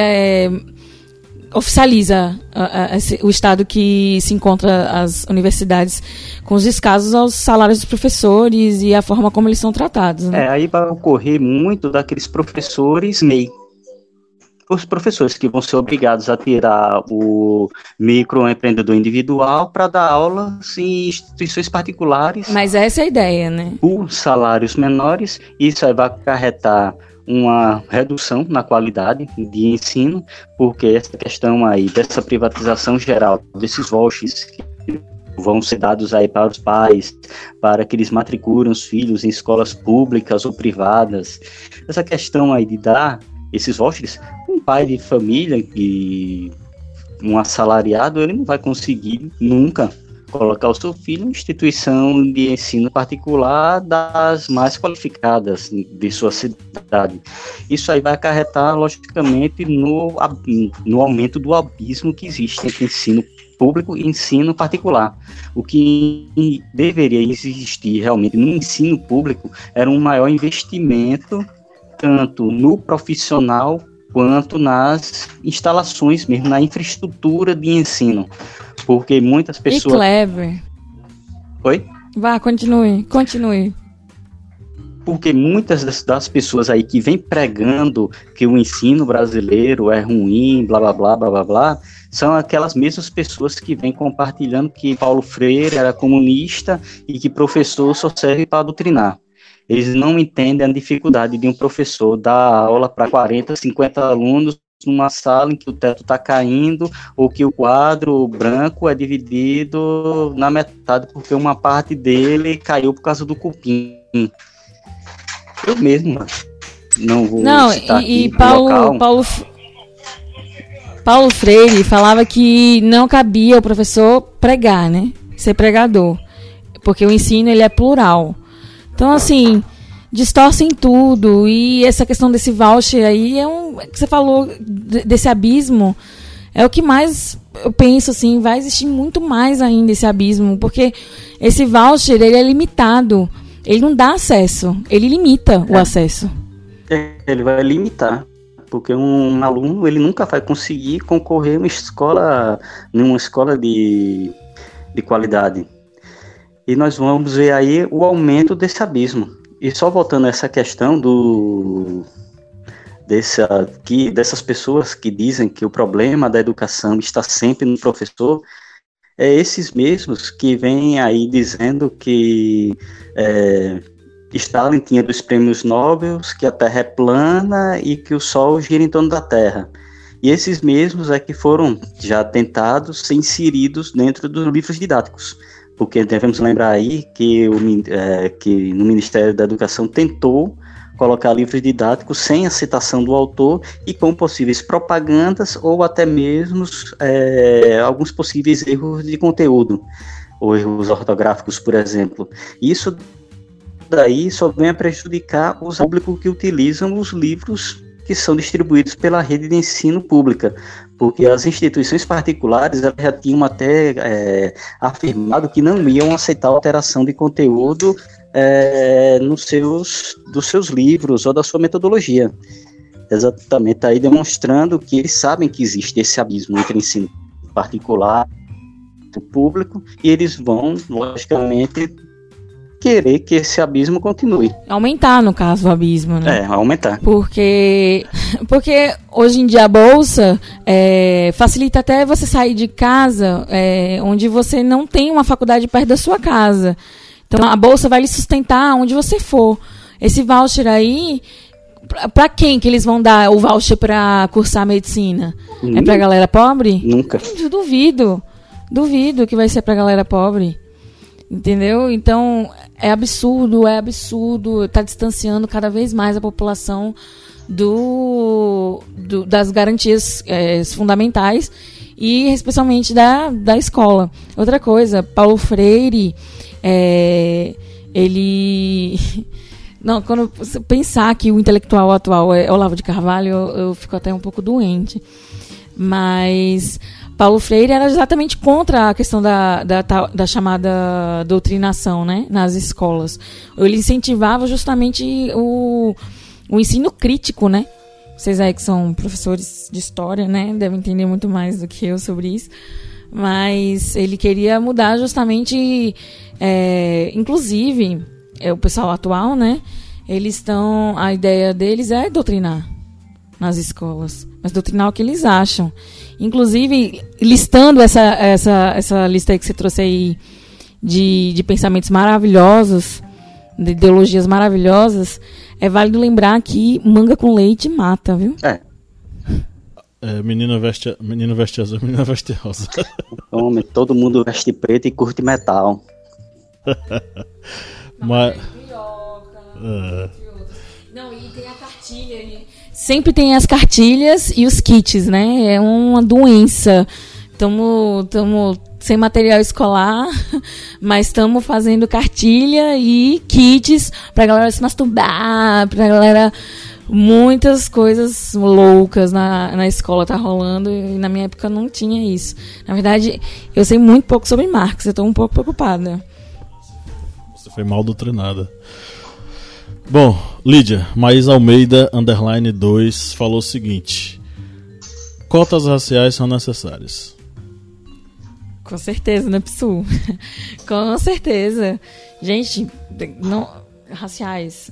oficializa o estado que se encontra as universidades com os descasos aos salários dos professores e a forma como eles são tratados, né? Aí vai ocorrer muito daqueles professores MEI. Os professores que vão ser obrigados a tirar o microempreendedor individual para dar aulas em instituições particulares. Mas essa é a ideia, né? Por salários menores, isso aí vai acarretar uma redução na qualidade de ensino, porque essa questão aí dessa privatização geral, desses vouchers que vão ser dados aí para os pais, para que eles matriculem os filhos em escolas públicas ou privadas, essa questão aí de dar esses vouchers, um pai de família e um assalariado, ele não vai conseguir nunca colocar o seu filho em instituição de ensino particular das mais qualificadas de sua cidade. Isso aí vai acarretar, logicamente, no aumento do abismo que existe entre ensino público e ensino particular. O que deveria existir realmente no ensino público era um maior investimento, tanto no profissional quanto nas instalações mesmo, na infraestrutura de ensino. Porque muitas pessoas... E Kleber? Oi? Vá, continue. Porque muitas das pessoas aí que vêm pregando que o ensino brasileiro é ruim, blá, blá, blá, blá, blá, blá, são aquelas mesmas pessoas que vêm compartilhando que Paulo Freire era comunista e que professor só serve para doutrinar. Eles não entendem a dificuldade de um professor dar aula para 40, 50 alunos numa sala em que o teto está caindo, ou que o quadro branco é dividido na metade porque uma parte dele caiu por causa do cupim. Eu mesmo não vou citar aqui Paulo Freire falava que não cabia o professor pregar, né? Ser pregador, porque o ensino ele é plural. Então, assim, distorcem tudo, e essa questão desse voucher aí que você falou desse abismo, é o que mais eu penso, assim, vai existir muito mais ainda esse abismo, porque esse voucher, ele é limitado, ele não dá acesso, ele limita o acesso. Ele vai limitar, porque um aluno, ele nunca vai conseguir concorrer numa escola de qualidade. E nós vamos ver aí o aumento desse abismo. E só voltando a essa questão dessas pessoas que dizem que o problema da educação está sempre no professor, é esses mesmos que vêm aí dizendo que Stalin tinha 2 prêmios Nobel, que a Terra é plana e que o Sol gira em torno da Terra. E esses mesmos é que foram já tentados ser inseridos dentro dos livros didáticos. Porque devemos lembrar aí que no Ministério da Educação tentou colocar livros didáticos sem a citação do autor e com possíveis propagandas ou até mesmo alguns possíveis erros de conteúdo, ou erros ortográficos, por exemplo. Isso daí só vem a prejudicar os públicos que utilizam os livros que são distribuídos pela rede de ensino pública, porque as instituições particulares já tinham até afirmado que não iam aceitar alteração de conteúdo dos seus livros ou da sua metodologia. Exatamente, aí demonstrando que eles sabem que existe esse abismo entre ensino particular e público, e eles vão, logicamente, querer que esse abismo continue. Aumentar, no caso, o abismo, né? Aumentar. Porque hoje em dia a bolsa facilita até você sair de casa onde você não tem uma faculdade perto da sua casa. Então a bolsa vai lhe sustentar onde você for. Esse voucher aí, para quem que eles vão dar o voucher para cursar medicina? É pra galera pobre? Nunca. Eu duvido que vai ser pra galera pobre. Entendeu? Então, é absurdo, tá distanciando cada vez mais a população das garantias fundamentais e especialmente da escola. Outra coisa, Paulo Freire, ele... Não, quando você pensar que o intelectual atual é Olavo de Carvalho, eu fico até um pouco doente. Mas Paulo Freire era exatamente contra a questão da chamada doutrinação, né, nas escolas. Ele incentivava justamente o ensino crítico, né? Vocês aí que são professores de história, né, devem entender muito mais do que eu sobre isso. Mas ele queria mudar justamente, inclusive, o pessoal atual, né? A ideia deles é doutrinar nas escolas, mas doutrinar o que eles acham. Inclusive, listando essa lista aí que você trouxe aí de pensamentos maravilhosos, de ideologias maravilhosas, é válido lembrar que manga com leite mata, viu? Menino veste azul, menina veste rosa. Homem, todo mundo veste preto e curte metal. Mas... Não, e tem a cartilha ali. Sempre tem as cartilhas e os kits, né? É uma doença. Estamos sem material escolar, mas estamos fazendo cartilha e kits pra galera se masturbar, pra galera... Muitas coisas loucas na escola tá rolando, e na minha época não tinha isso. Na verdade, eu sei muito pouco sobre Marx, eu tô um pouco preocupada. Você foi mal doutrinada. Bom, Lídia, Maísa Almeida, _2, falou o seguinte: cotas raciais são necessárias. Com certeza, né, Psu? Com certeza. Gente, não... raciais.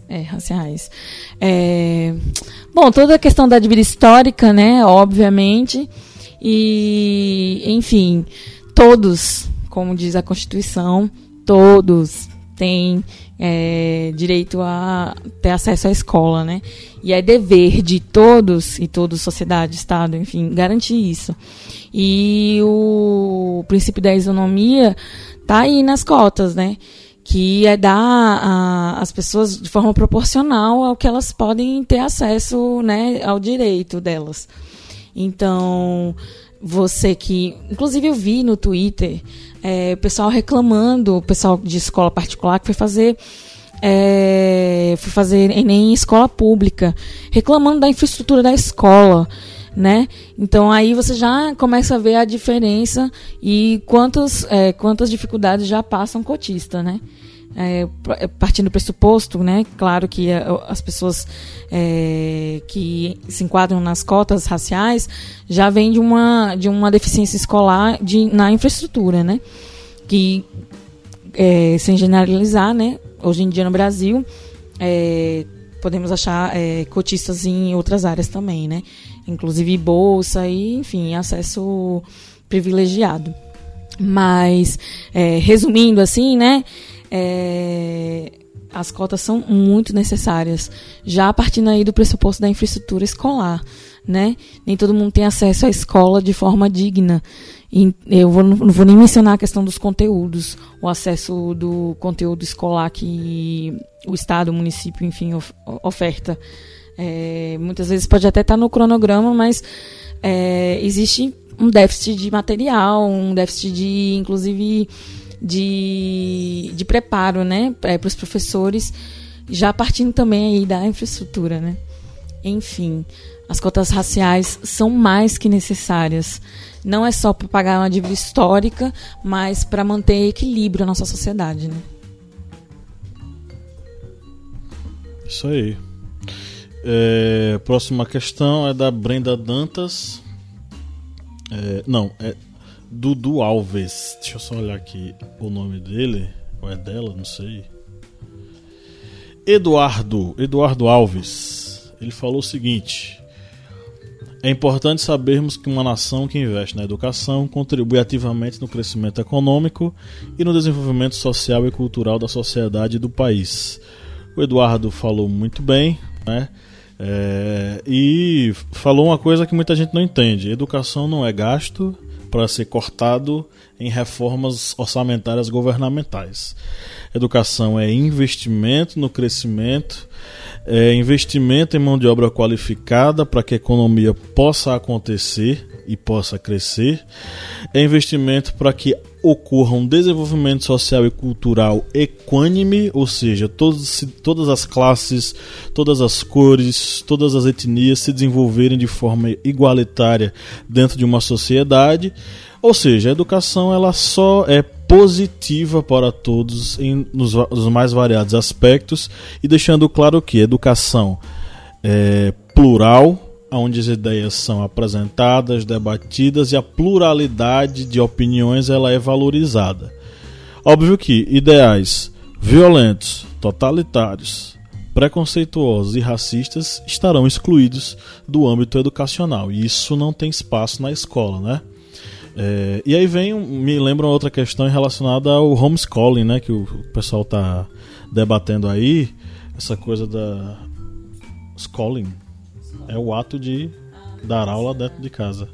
Bom, toda a questão da dívida histórica, né, obviamente. E, enfim, todos, como diz a Constituição, todos têm direito a ter acesso à escola, né? E é dever de todos, sociedade, Estado, enfim, garantir isso. E o princípio da isonomia tá aí nas cotas, né? Que é dar às pessoas de forma proporcional ao que elas podem ter acesso, né, ao direito delas. Então, você que... Inclusive, eu vi no Twitter o pessoal reclamando, o pessoal de escola particular que foi fazer Enem em escola pública, reclamando da infraestrutura da escola, né? Então aí você já começa a ver a diferença e quantas dificuldades já passa um cotista, né? Partindo do pressuposto, né? Claro que as pessoas que se enquadram nas cotas raciais já vêm de uma deficiência escolar na infraestrutura, né? Que, sem generalizar, né? Hoje em dia no Brasil podemos achar cotistas em outras áreas também, né? Inclusive bolsa e, enfim, acesso privilegiado. Mas, resumindo assim, né? As cotas são muito necessárias, já partindo aí do pressuposto da infraestrutura escolar, né? Nem todo mundo tem acesso à escola de forma digna. E eu não vou nem mencionar a questão dos conteúdos, o acesso do conteúdo escolar que o Estado, o município, enfim, oferta. Muitas vezes pode até estar no cronograma, mas existe um déficit de material, um déficit inclusive de preparo, né, para os professores, já partindo também aí da infraestrutura, né? Enfim, as cotas raciais são mais que necessárias. Não é só para pagar uma dívida histórica, mas para manter equilíbrio na nossa sociedade, né? Isso aí. Próxima questão é da Brenda Dantas. É Dudu Alves. Deixa eu só olhar aqui o nome dele. Ou é dela, não sei. Eduardo Alves. Ele falou o seguinte: é importante sabermos que uma nação que investe na educação contribui ativamente no crescimento econômico e no desenvolvimento social e cultural da sociedade e do país. O Eduardo falou muito bem, né? E falou uma coisa que muita gente não entende: educação não é gasto para ser cortado em reformas orçamentárias governamentais. Educação é investimento no crescimento, é investimento em mão de obra qualificada para que a economia possa acontecer e possa crescer, é investimento para que ocorra um desenvolvimento social e cultural equânime, ou seja, todas as classes, todas as cores, todas as etnias se desenvolverem de forma igualitária dentro de uma sociedade. Ou seja, a educação ela só é positiva para todos nos mais variados aspectos, e deixando claro que a educação é plural, onde as ideias são apresentadas, debatidas e a pluralidade de opiniões ela é valorizada. Óbvio que ideais violentos, totalitários, preconceituosos e racistas estarão excluídos do âmbito educacional, e isso não tem espaço na escola, né? E aí me lembra uma outra questão relacionada ao homeschooling, né, que o pessoal está debatendo aí, essa coisa da schooling. É o ato de dar aula dentro de casa.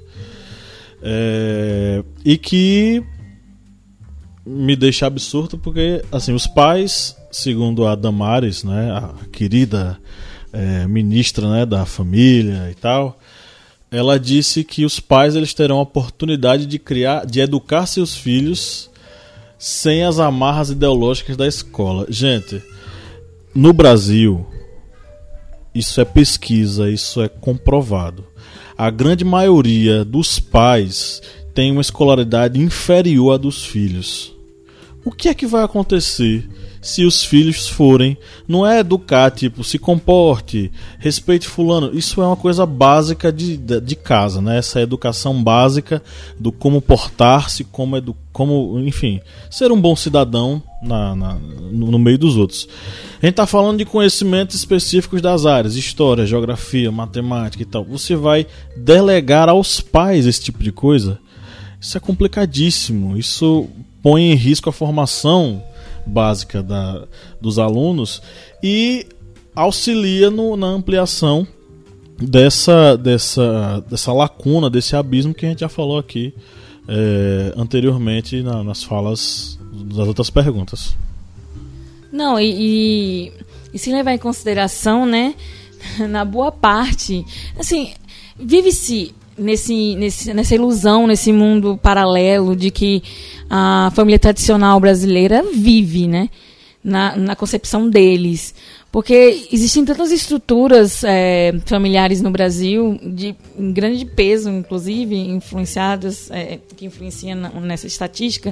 E que me deixa absurdo porque, assim, os pais, segundo a Damares, né, a querida ministra, né, da família e tal, ela disse que os pais eles terão a oportunidade de educar seus filhos sem as amarras ideológicas da escola. Gente, no Brasil, isso é pesquisa, isso é comprovado. A grande maioria dos pais tem uma escolaridade inferior à dos filhos. O que é que vai acontecer se os filhos forem... Não é educar, tipo, se comporte, respeite fulano. Isso é uma coisa básica de casa, né? Essa educação básica do como portar-se, como, enfim, ser um bom cidadão no meio dos outros. A gente está falando de conhecimentos específicos das áreas, história, geografia, matemática e tal. Você vai delegar aos pais esse tipo de coisa? Isso é complicadíssimo. Isso põe em risco a formação básica dos alunos e auxilia na ampliação dessa lacuna, desse abismo que a gente já falou aqui anteriormente nas falas das outras perguntas. Não, e se levar em consideração, né, na boa parte, assim, vive-se nessa ilusão, nesse mundo paralelo de que a família tradicional brasileira vive, né, na concepção deles. Porque existem tantas estruturas familiares no Brasil, em grande peso, inclusive, influenciadas, que influenciam nessa estatística,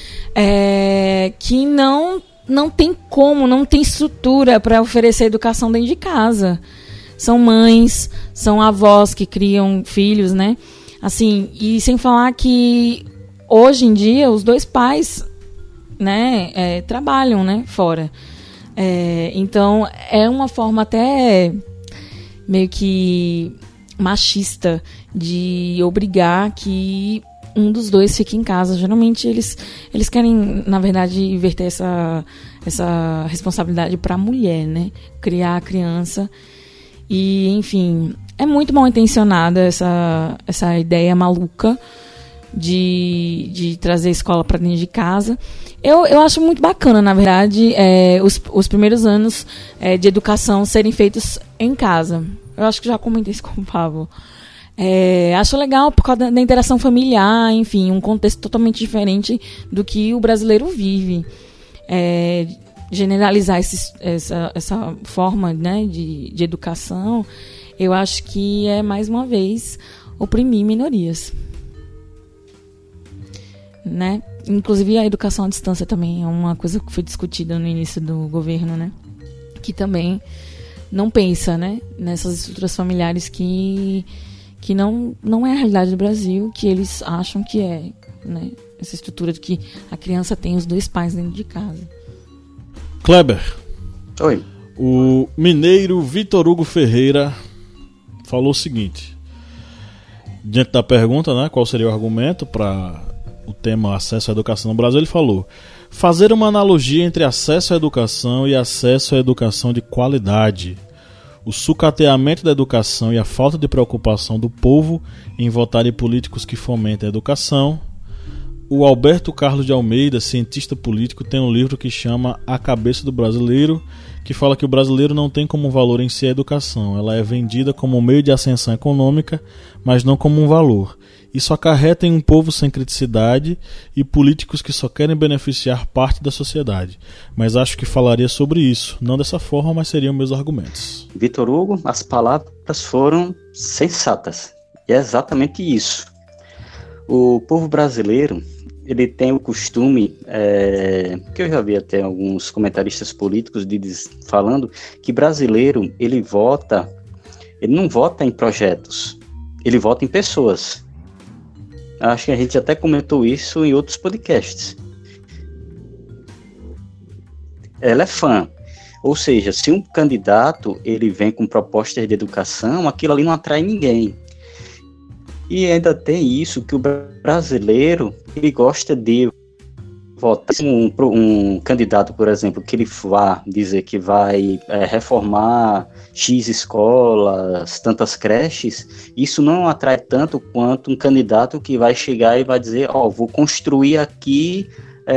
que não tem como, não tem estrutura para oferecer educação dentro de casa. São mães, são avós que criam filhos, né? Assim, e sem falar que hoje em dia os dois pais, né, trabalham, né, fora. Então é uma forma até meio que machista de obrigar que um dos dois fique em casa. Geralmente eles querem, na verdade, inverter essa responsabilidade para a mulher, né? Criar a criança. E, enfim, é muito mal intencionada essa ideia maluca de trazer a escola para dentro de casa. Eu acho muito bacana, na verdade, os primeiros anos de educação serem feitos em casa. Eu acho que já comentei isso com o Pablo. Acho legal por causa da interação familiar, enfim, um contexto totalmente diferente do que o brasileiro vive. Generalizar essa forma, né, de educação, eu acho que é, mais uma vez, oprimir minorias. Né? Inclusive a educação à distância também é uma coisa que foi discutida no início do governo, né? Que também não pensa, né, nessas estruturas familiares que não é a realidade do Brasil, que eles acham que é, né, essa estrutura de que a criança tem os 2 pais dentro de casa. Kleber. Oi. O mineiro Vitor Hugo Ferreira falou o seguinte, diante da pergunta, né, qual seria o argumento para o tema acesso à educação no Brasil, ele falou: fazer uma analogia entre acesso à educação e acesso à educação de qualidade. O sucateamento da educação e a falta de preocupação do povo em votar em políticos que fomentem a educação. O Alberto Carlos de Almeida, cientista político, tem um livro que chama A Cabeça do Brasileiro, que fala que o brasileiro não tem como valor em si a educação. Ela é vendida como um meio de ascensão econômica, mas não como um valor. Isso acarreta em um povo sem criticidade e políticos que só querem beneficiar parte da sociedade. Mas acho que falaria sobre isso. Não dessa forma, mas seriam meus argumentos. Vitor Hugo, as palavras foram sensatas. E é exatamente isso. O povo brasileiro, ele tem o costume, que eu já vi até alguns comentaristas políticos falando, que brasileiro, ele não vota em projetos, ele vota em pessoas. Acho que a gente até comentou isso em outros podcasts. Ela é fã. Ou seja, se um candidato ele vem com propostas de educação, aquilo ali não atrai ninguém. E ainda tem isso, que o brasileiro ele gosta de votar. Um candidato, por exemplo, que ele vá dizer que vai reformar X escolas, tantas creches, isso não atrai tanto quanto um candidato que vai chegar e vai dizer, vou construir aqui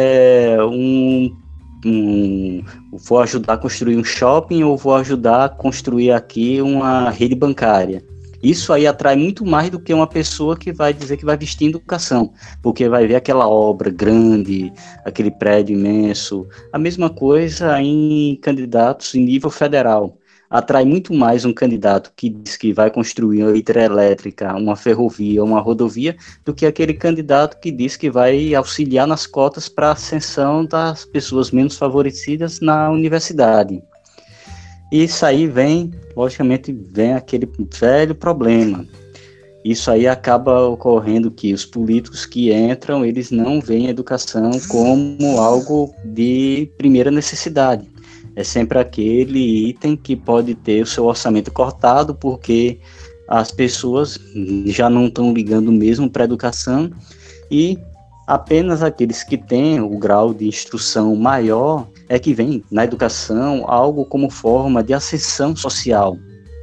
vou ajudar a construir um shopping ou vou ajudar a construir aqui uma rede bancária. Isso aí atrai muito mais do que uma pessoa que vai dizer que vai vestir em educação, porque vai ver aquela obra grande, aquele prédio imenso. A mesma coisa em candidatos em nível federal. Atrai muito mais um candidato que diz que vai construir uma hidrelétrica, uma ferrovia, uma rodovia, do que aquele candidato que diz que vai auxiliar nas cotas para a ascensão das pessoas menos favorecidas na universidade. Isso aí logicamente vem aquele velho problema. Isso aí acaba ocorrendo que os políticos que entram, eles não veem a educação como algo de primeira necessidade. É sempre aquele item que pode ter o seu orçamento cortado, porque as pessoas já não estão ligando mesmo para a educação, e apenas aqueles que têm o grau de instrução maior é que vem na educação algo como forma de ascensão social.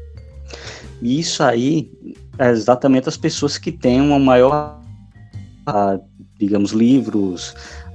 E isso aí é exatamente as pessoas que têm uma maior, digamos, livros,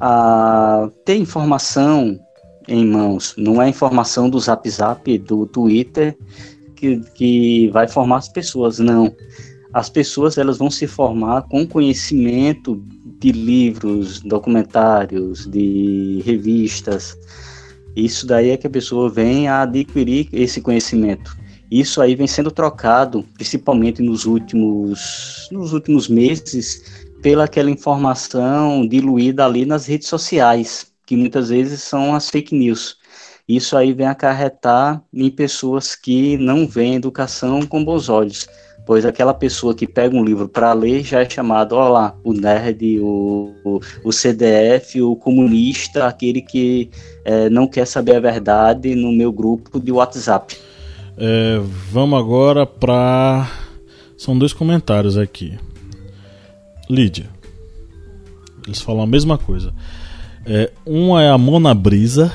ter informação em mãos. Não é informação do Zap Zap, do Twitter, que vai formar as pessoas, não. As pessoas elas vão se formar com conhecimento de livros, documentários, de revistas. Isso daí é que a pessoa vem a adquirir esse conhecimento. Isso aí vem sendo trocado, principalmente nos últimos meses, pela aquela informação diluída ali nas redes sociais, que muitas vezes são as fake news. Isso aí vem acarretar em pessoas que não veem a educação com bons olhos, pois aquela pessoa que pega um livro para ler já é chamado, o nerd, o CDF, o comunista, aquele que não quer saber a verdade no meu grupo de WhatsApp. Vamos agora para... São 2 comentários aqui. Lídia. Eles falam a mesma coisa. Uma é a Mona Brisa,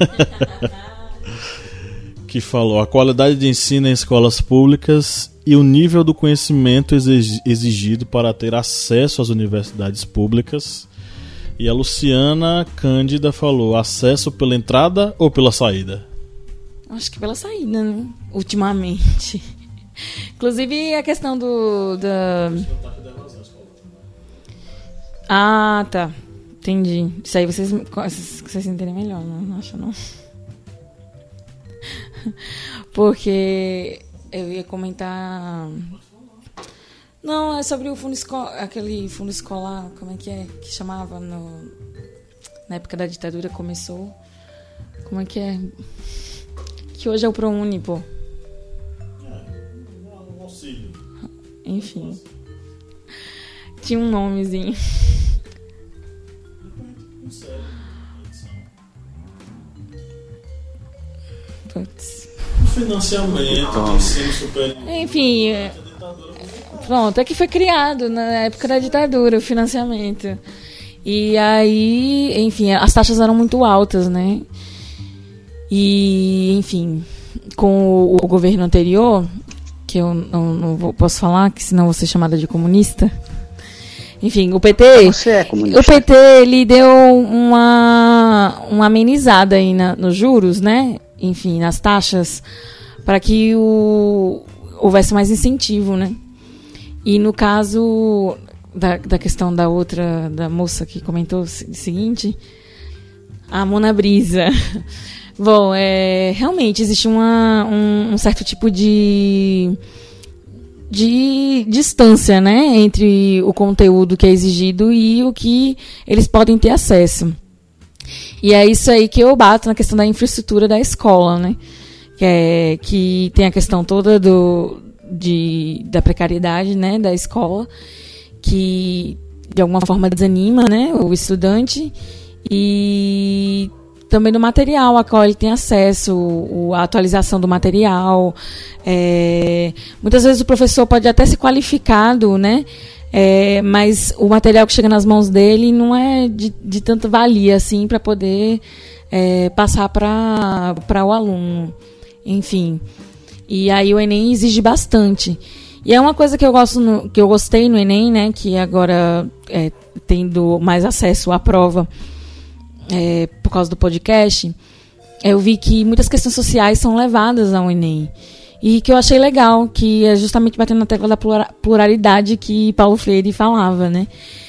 que falou: a qualidade de ensino em escolas públicas e o nível do conhecimento exigido para ter acesso às universidades públicas. E a Luciana Cândida falou: acesso pela entrada ou pela saída? Acho que pela saída, né? Ultimamente. Inclusive a questão tá. Entendi. Isso aí vocês entendem melhor, não acho não. Porque eu ia comentar... Não, é sobre o fundo escolar, aquele fundo escolar, como é que chamava na época da ditadura começou. Como é que é? Que hoje é o ProUni, pô. Enfim. Tinha um nomezinho. Putz. Financiamento do ensino superior. Enfim, pronto, é que foi criado na época da ditadura o financiamento. E aí, enfim, as taxas eram muito altas, né? E, enfim, com o governo anterior, que eu não posso falar, que senão vou ser chamada de comunista. Enfim, o PT. Você é comunista. O PT, ele deu uma amenizada aí nos juros, né? Enfim, nas taxas, para que houvesse mais incentivo, né? E no caso da questão da moça que comentou o seguinte, a Mona Brisa. Bom, realmente existe um certo tipo de distância, né, entre o conteúdo que é exigido e o que eles podem ter acesso. E é isso aí que eu bato na questão da infraestrutura da escola, né? Que tem a questão toda da precariedade, né, da escola, que de alguma forma desanima, né, o estudante, e também do material a qual ele tem acesso, a atualização do material. Muitas vezes o professor pode até ser qualificado, né? Mas o material que chega nas mãos dele não é de tanta valia assim para poder passar para o aluno. Enfim. E aí o Enem exige bastante. E é uma coisa que eu gostei no Enem, né? Que agora tendo mais acesso à prova por causa do podcast, eu vi que muitas questões sociais são levadas ao Enem. E que eu achei legal, que é justamente batendo na tecla da pluralidade que Paulo Freire falava, né?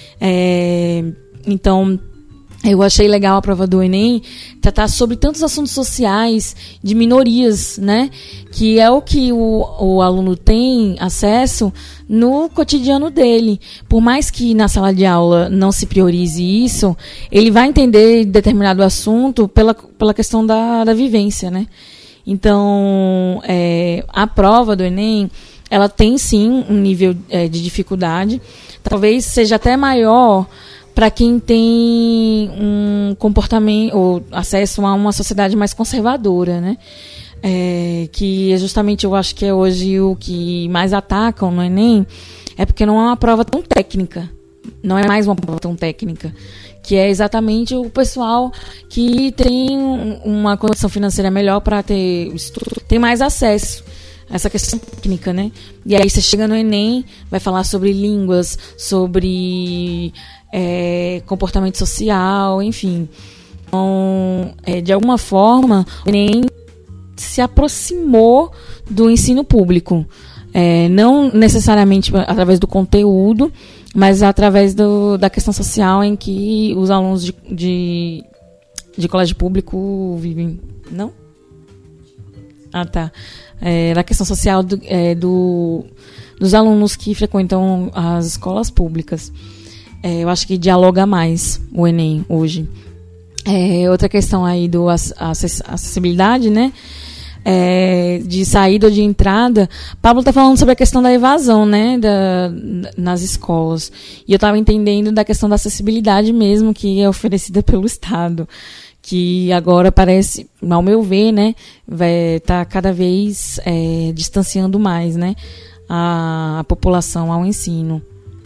Então, eu achei legal a prova do Enem tratar sobre tantos assuntos sociais de minorias, né? Que é o que o aluno tem acesso no cotidiano dele. Por mais que na sala de aula não se priorize isso, ele vai entender determinado assunto pela questão da vivência, né? Então, a prova do Enem, ela tem sim um nível de dificuldade. Talvez seja até maior para quem tem um comportamento ou acesso a uma sociedade mais conservadora, né? Que é justamente, eu acho que é hoje o que mais atacam no Enem, porque não é uma prova tão técnica. Não é mais uma prova tão técnica. Que é exatamente o pessoal que tem uma condição financeira melhor para ter estudo, tem mais acesso a essa questão técnica, né? E aí você chega no Enem, vai falar sobre línguas, sobre comportamento social, enfim. Então, de alguma forma, o Enem se aproximou do ensino público. Não necessariamente através do conteúdo, mas através da questão social em que os alunos de colégio público vivem. Não? Ah, tá. Da questão social dos alunos que frequentam as escolas públicas. Eu acho que dialoga mais o Enem hoje. Outra questão aí do acessibilidade, né? De saída ou de entrada, Pablo está falando sobre a questão da evasão, né, nas escolas. E eu estava entendendo da questão da acessibilidade mesmo, que é oferecida pelo Estado, que agora parece, ao meu ver, né, vai estar cada vez distanciando mais, né, a população ao ensino.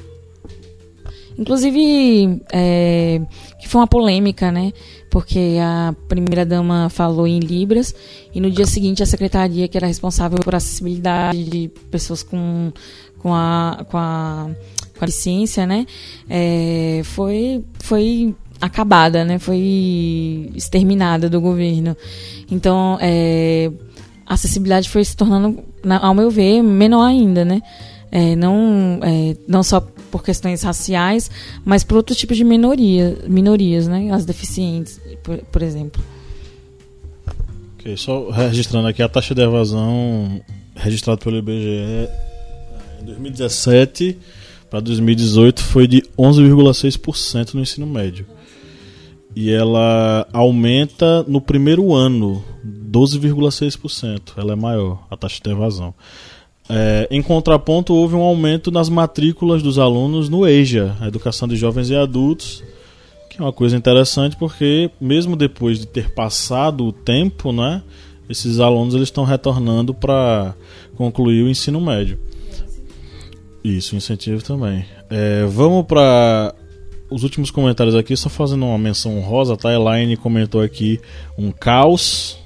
Inclusive, que foi uma polêmica, né? Porque a primeira-dama falou em Libras e no dia seguinte a secretaria, que era responsável por acessibilidade de pessoas com a deficiência, né? Foi acabada, né? Foi exterminada do governo. Então, a acessibilidade foi se tornando, ao meu ver, menor ainda, né? Não só por questões raciais, mas por outros tipos de minorias, né? As deficientes, por exemplo. Ok, só registrando aqui a taxa de evasão registrada pelo IBGE em 2017 para 2018 foi de 11,6% no ensino médio. E ela aumenta no primeiro ano, 12,6%. Ela é maior, a taxa de evasão. Em contraponto, houve um aumento nas matrículas dos alunos no EJA, a Educação de Jovens e Adultos, que é uma coisa interessante porque, mesmo depois de ter passado o tempo, né, esses alunos eles estão retornando para concluir o ensino médio. Isso, incentivo também. Vamos para os últimos comentários aqui, só fazendo uma menção honrosa, tá? A Elaine comentou aqui um caos.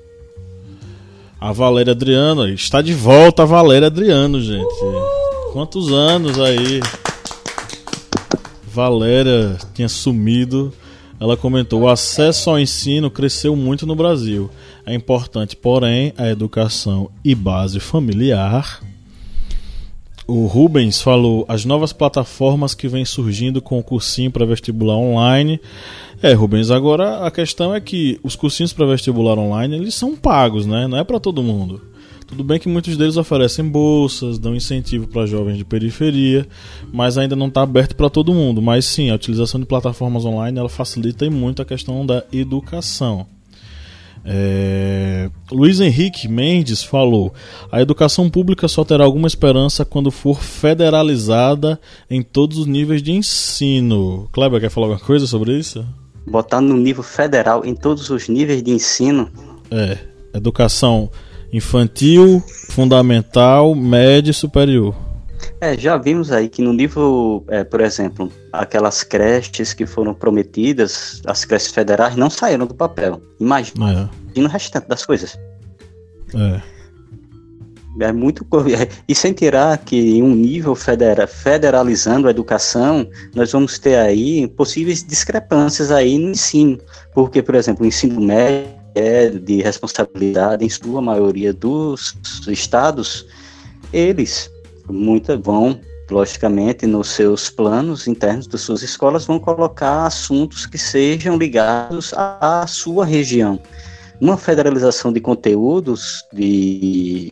A Valéria Adriano, está de volta a Valéria Adriano, gente. Quantos anos aí? Valéria tinha sumido. Ela comentou: o acesso ao ensino cresceu muito no Brasil. É importante, porém, a educação e base familiar. O Rubens falou: as novas plataformas que vêm surgindo com o cursinho para vestibular online. Rubens, agora a questão é que os cursinhos para vestibular online, eles são pagos, né? Não é para todo mundo. Tudo bem que muitos deles oferecem bolsas, dão incentivo para jovens de periferia, mas ainda não está aberto para todo mundo. Mas sim, a utilização de plataformas online, ela facilita muito a questão da educação. Luiz Henrique Mendes falou: a educação pública só terá alguma esperança quando for federalizada em todos os níveis de ensino. Kleber, quer falar alguma coisa sobre isso? Botar no nível federal em todos os níveis de ensino? Educação infantil, fundamental, média e superior. Já vimos aí que no nível, por exemplo, aquelas creches que foram prometidas, as creches federais, não saíram do papel. Imagina o restante das coisas. É muito. E sem tirar que em um nível federalizando a educação, nós vamos ter aí possíveis discrepâncias aí no ensino. Porque, por exemplo, o ensino médio é de responsabilidade, em sua maioria dos estados, eles vão, logicamente, nos seus planos internos das suas escolas, vão colocar assuntos que sejam ligados à sua região. Uma federalização de conteúdos em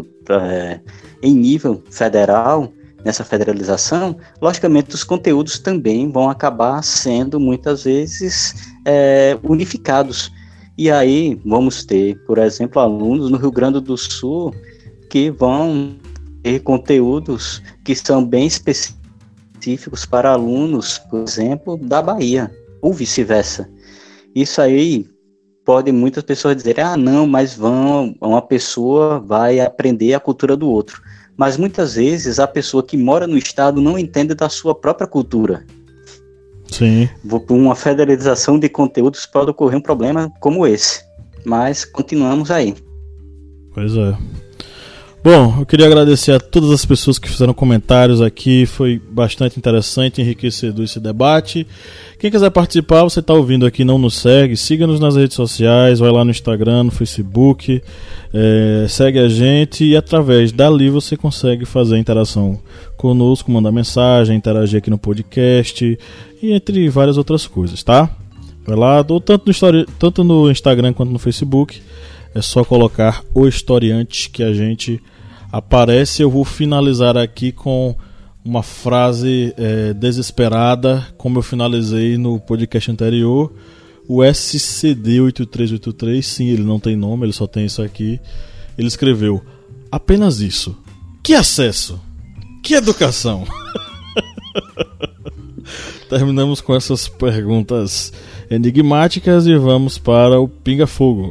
nível federal, nessa federalização, logicamente os conteúdos também vão acabar sendo muitas vezes unificados. E aí vamos ter, por exemplo, alunos no Rio Grande do Sul que vão ter conteúdos que são bem específicos para alunos, por exemplo, da Bahia, ou vice-versa. Isso aí pode muitas pessoas dizerem: não, mas uma pessoa vai aprender a cultura do outro. Mas muitas vezes a pessoa que mora no estado não entende da sua própria cultura. Sim. Por uma federalização de conteúdos pode ocorrer um problema como esse. Mas continuamos aí. Pois é. Bom, eu queria agradecer a todas as pessoas que fizeram comentários aqui. Foi bastante interessante, enriquecedor esse debate. Quem quiser participar, você está ouvindo aqui, não nos segue, siga-nos nas redes sociais, vai lá no Instagram, no Facebook, segue a gente e através dali você consegue fazer interação conosco, mandar mensagem, interagir aqui no podcast e entre várias outras coisas, tá? Vai lá, tanto no Instagram quanto no Facebook, é só colocar o Historiante que a gente aparece. Eu vou finalizar aqui com uma frase desesperada, como eu finalizei no podcast anterior. O SCD-8383, sim, ele não tem nome, ele só tem isso aqui. Ele escreveu: apenas isso. Que acesso? Que educação? Terminamos com essas perguntas enigmáticas e vamos para o Pinga Fogo.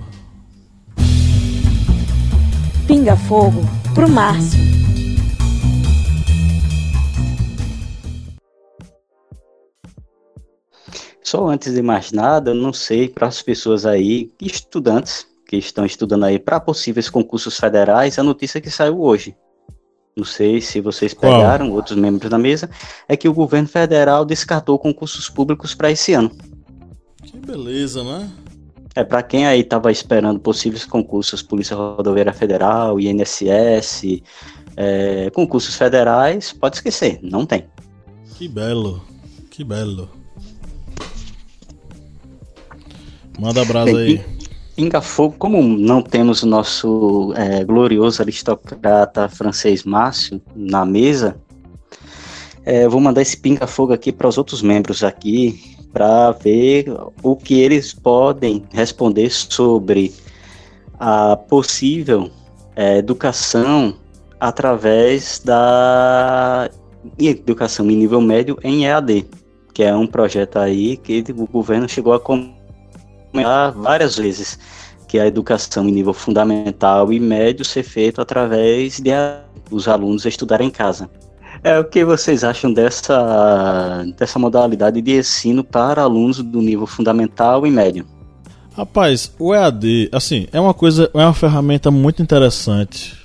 Pinga Fogo pro Márcio. Só antes de mais nada, eu não sei, para as pessoas aí, estudantes que estão estudando aí para possíveis concursos federais, a notícia que saiu hoje. Não sei se vocês pegaram, outros membros da mesa, é que o governo federal descartou concursos públicos para esse ano. Que beleza, né? Para quem aí estava esperando possíveis concursos, Polícia Rodoviária Federal, INSS, concursos federais, pode esquecer, não tem. Que belo, que belo. Manda brasa aí. Pinga Fogo, como não temos o nosso glorioso aristocrata francês Márcio na mesa, vou mandar esse Pinga Fogo aqui para os outros membros aqui, para ver o que eles podem responder sobre a possível educação através da educação em nível médio em EAD, que é um projeto aí que o governo chegou a comentar várias vezes, que a educação em nível fundamental e médio ser feito através de os alunos estudarem em casa. O que vocês acham dessa modalidade de ensino para alunos do nível fundamental e médio? Rapaz, o EAD, assim, é uma ferramenta muito interessante.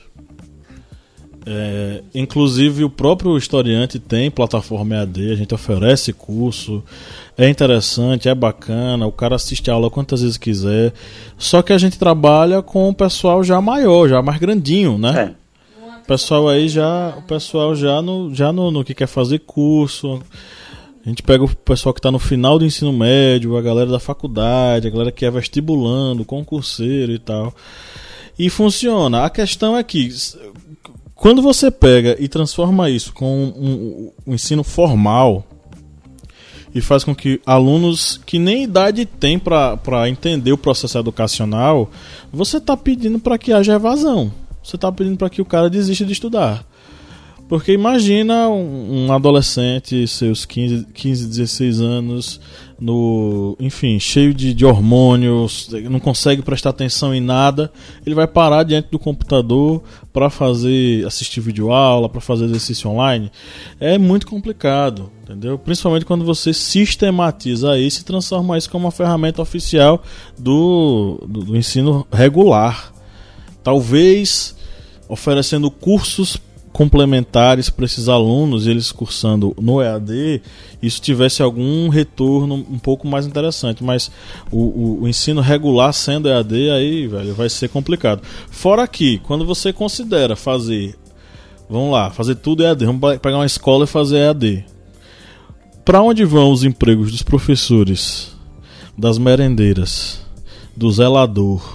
Inclusive o próprio historiante tem plataforma EAD, a gente oferece curso, é interessante, é bacana, o cara assiste a aula quantas vezes quiser, só que a gente trabalha com o pessoal já maior, já mais grandinho, né? O pessoal já no que quer fazer curso. A gente pega o pessoal que está no final do ensino médio, a galera da faculdade, a galera que é vestibulando, concurseiro e tal. E funciona. A questão é que quando você pega e transforma isso com um ensino formal e faz com que alunos que nem idade tem para entender o processo educacional, você está pedindo para que haja evasão. Você está pedindo para que o cara desista de estudar. Porque imagina um adolescente, seus 15, 16 anos, enfim, cheio de hormônios, não consegue prestar atenção em nada, ele vai parar diante do computador para assistir videoaula, para fazer exercício online. É muito complicado, entendeu? Principalmente quando você sistematiza isso e transforma isso como uma ferramenta oficial do ensino regular. Talvez oferecendo cursos complementares para esses alunos, eles cursando no EAD, isso tivesse algum retorno um pouco mais interessante, mas o ensino regular sendo EAD, aí, velho, vai ser complicado. Fora que, quando você considera fazer tudo EAD, vamos pegar uma escola e fazer EAD, para onde vão os empregos dos professores, das merendeiras, do zelador,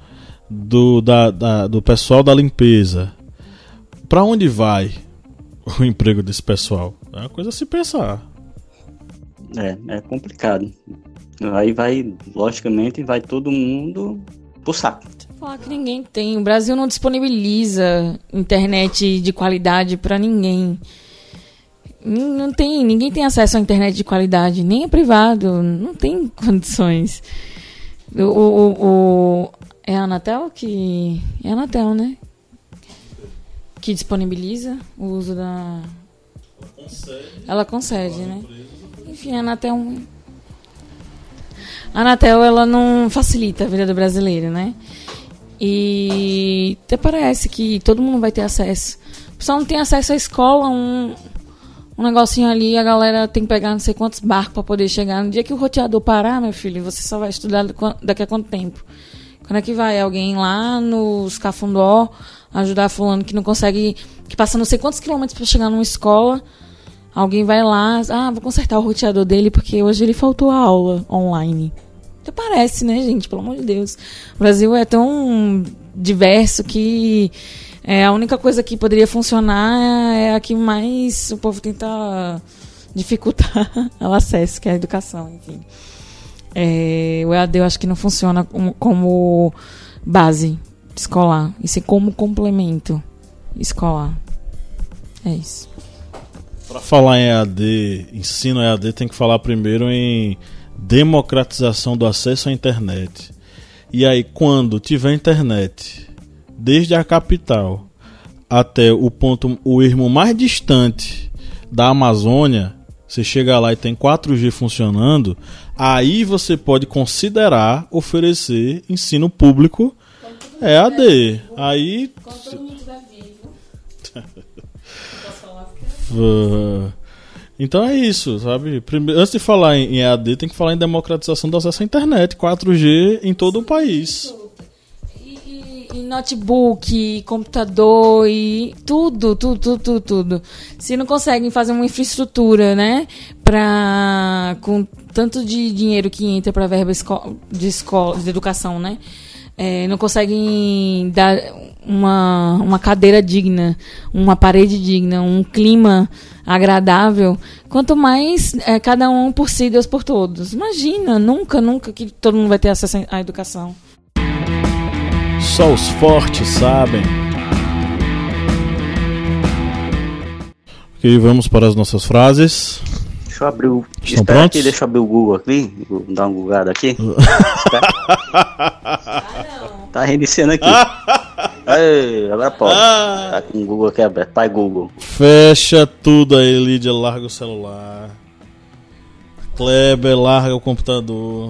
do pessoal da limpeza? Para onde vai o emprego desse pessoal? É uma coisa a se pensar. É complicado. Aí logicamente, vai todo mundo pro saco. Falar que ninguém tem. O Brasil não disponibiliza internet de qualidade para ninguém. Não tem, ninguém tem acesso à internet de qualidade, nem é privado, não tem condições. É a Anatel que... É a Anatel, né? Que disponibiliza o uso da... Ela concede, né? Enfim, a Anatel, ela não facilita a vida do brasileiro, né? E até parece que todo mundo vai ter acesso. O pessoal não tem acesso à escola, um negocinho ali, a galera tem que pegar não sei quantos barcos para poder chegar. No dia que o roteador parar, meu filho, você só vai estudar daqui a quanto tempo? Quando é que vai alguém lá nos Cafundó ajudar fulano que não consegue, que passa não sei quantos quilômetros para chegar numa escola, alguém vai lá, vou consertar o roteador dele porque hoje ele faltou a aula online. Até parece, né, gente? Pelo amor de Deus. O Brasil é tão diverso que a única coisa que poderia funcionar é a que mais o povo tenta dificultar o acesso, que é a educação, enfim. O EAD eu acho que não funciona como base escolar, e sim como complemento escolar. É isso. Para falar em EAD, ensino EAD, tem que falar primeiro em democratização do acesso à internet. E aí, quando tiver internet, desde a capital até o ermo mais distante da Amazônia, você chega lá e tem 4G funcionando, aí você pode considerar oferecer ensino público EAD. Aí... Quando todo mundo estiver vivo. Posso falar que... Então é isso, sabe? Antes de falar em EAD, tem que falar em democratização do acesso à internet, 4G em todo o país. E notebook, computador e tudo. Se não conseguem fazer uma infraestrutura, né, com tanto de dinheiro que entra para verba de educação, né, não conseguem dar uma cadeira digna, uma parede digna, um clima agradável, quanto mais cada um por si, Deus por todos. Imagina, nunca que todo mundo vai ter acesso à educação. Só os fortes sabem. Ok, vamos para as nossas frases. Deixa eu abrir o... Estão Espera prontos? aqui, deixa eu abrir o Google aqui. Vou dar uma googada aqui. Tá reiniciando aqui. Ei, agora pode. Tá com o Google aqui aberto. Pai Google. Fecha tudo aí, Lídia. Larga o celular. Kleber, larga o computador.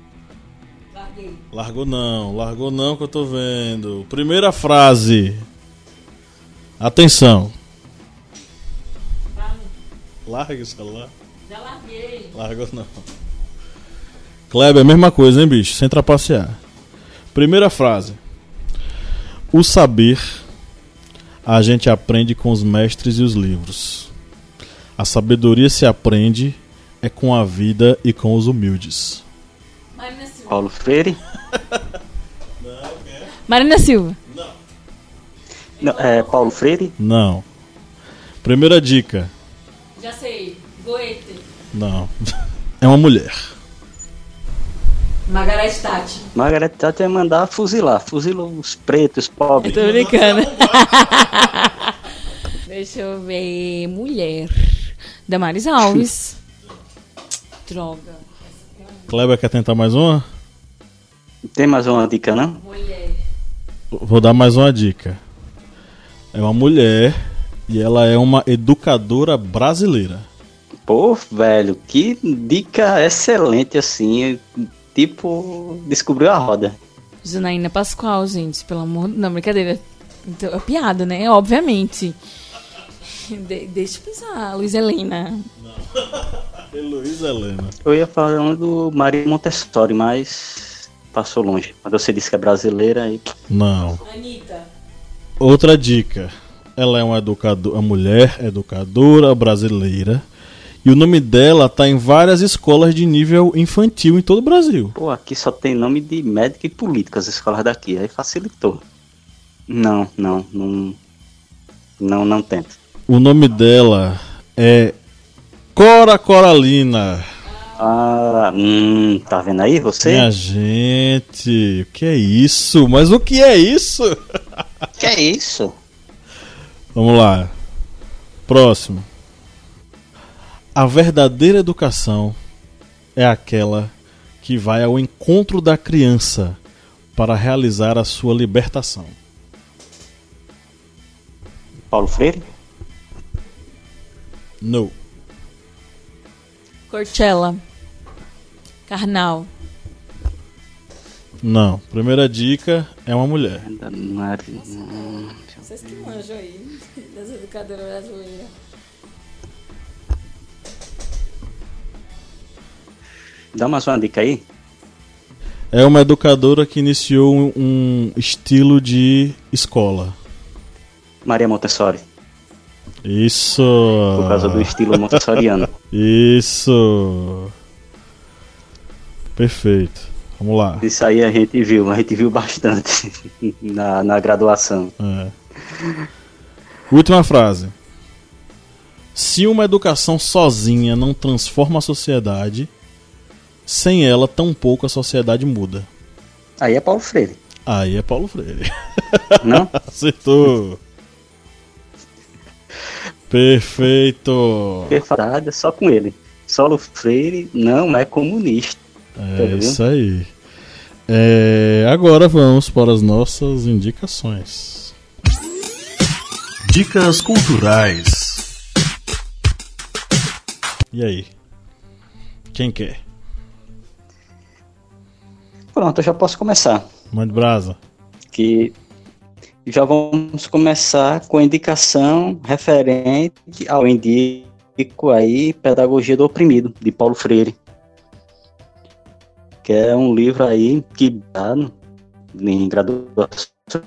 Largou não que eu tô vendo. Primeira frase. Atenção. Larga o celular. Já larguei. Largou não. Kleber, mesma coisa, hein, bicho? Sem trapacear. Primeira frase. O saber a gente aprende com os mestres e os livros. A sabedoria se aprende é com a vida e com os humildes. Marina Silva. Paulo Freire. Marina Silva. Não, é Paulo Freire. Não. Primeira dica. Já sei. Goethe. Não. É uma mulher. Margaret Thatcher. Margaret Thatcher ia mandar fuzilar. Fuzila os pretos, pobres. Eu tô brincando. Deixa eu ver. Mulher. Damares Alves. Droga. Kleber quer tentar mais uma? Tem mais uma dica, não? Mulher. Vou dar mais uma dica. É uma mulher e ela é uma educadora brasileira. Pô, velho, que dica excelente, assim. Tipo, descobriu a roda. Janaína Pascoal, gente. Pelo amor... Não, brincadeira. Então, é piada, né? Obviamente. Deixa eu pensar. Luiz Helena. Heloísa Helena. Eu ia falando do Maria Montessori, mas passou longe. Quando você disse que é brasileira, aí... Não. Anitta. Outra dica. Ela é uma mulher educadora brasileira. E o nome dela tá em várias escolas de nível infantil em todo o Brasil. Pô, aqui só tem nome de médico e político, as escolas daqui. Aí facilitou. Não tenta. O nome dela é Cora Coralina. Ah, tá vendo aí você? Minha gente, o que é isso? Mas o que é isso? Que é isso? Vamos lá. Próximo. A verdadeira educação é aquela que vai ao encontro da criança para realizar a sua libertação. Paulo Freire? No. Cortella. Karnal. Não. Primeira dica é uma mulher. Vocês que manjam aí das educadoras brasileiras. Dá mais uma dica aí. É uma educadora que iniciou um estilo de escola. Maria Montessori. Isso. Por causa do estilo montessoriano. Isso. Perfeito. Vamos lá. Isso aí a gente viu bastante na graduação. É. Última frase. Se uma educação sozinha não transforma a sociedade, sem ela, tampouco a sociedade muda. Aí é Paulo Freire, Aí é Paulo Freire. não? Acertou. Perfeito. Perfeito, só com ele. Paulo Freire não é comunista. É isso aí. Agora vamos para as nossas indicações. Dicas culturais. E aí? Quem quer? Pronto, eu já posso começar. Mande brasa. Que já vamos começar com a indicação referente ao Indico aí Pedagogia do Oprimido, de Paulo Freire. Que é um livro aí que dá em graduação.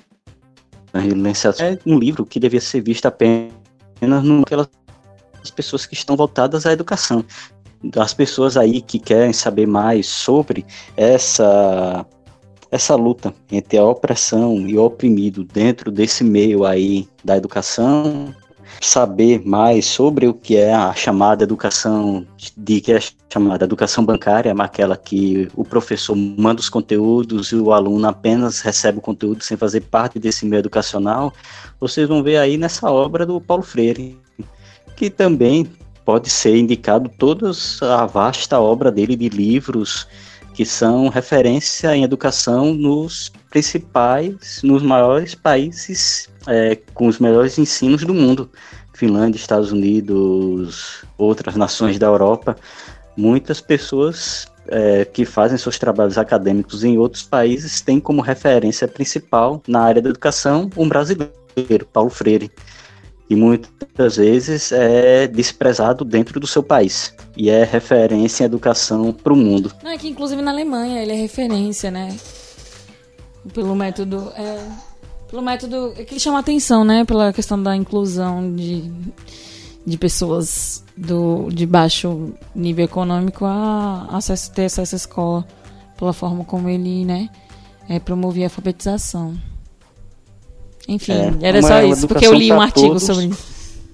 É um livro que devia ser visto apenas naquelas pessoas que estão voltadas à educação. As pessoas aí que querem saber mais sobre essa luta entre a opressão e o oprimido dentro desse meio aí da educação, saber mais sobre o que é a chamada educação, que é chamada educação bancária, aquela que o professor manda os conteúdos e o aluno apenas recebe o conteúdo sem fazer parte desse meio educacional, vocês vão ver aí nessa obra do Paulo Freire. que também pode ser indicado toda a vasta obra dele de livros que são referência em educação nos maiores países com os melhores ensinos do mundo. Finlândia, Estados Unidos, outras nações da Europa. Muitas pessoas que fazem seus trabalhos acadêmicos em outros países têm como referência principal na área da educação um brasileiro, Paulo Freire, e muitas vezes é desprezado dentro do seu país e é referência em educação para o mundo. Não, é que inclusive na Alemanha ele é referência, né? Pelo método que ele chama atenção, né? Pela questão da inclusão de pessoas de baixo nível econômico a ter acesso à escola, pela forma como ele, né, promovia a alfabetização. Enfim, era só isso, porque eu li um artigo sobre isso.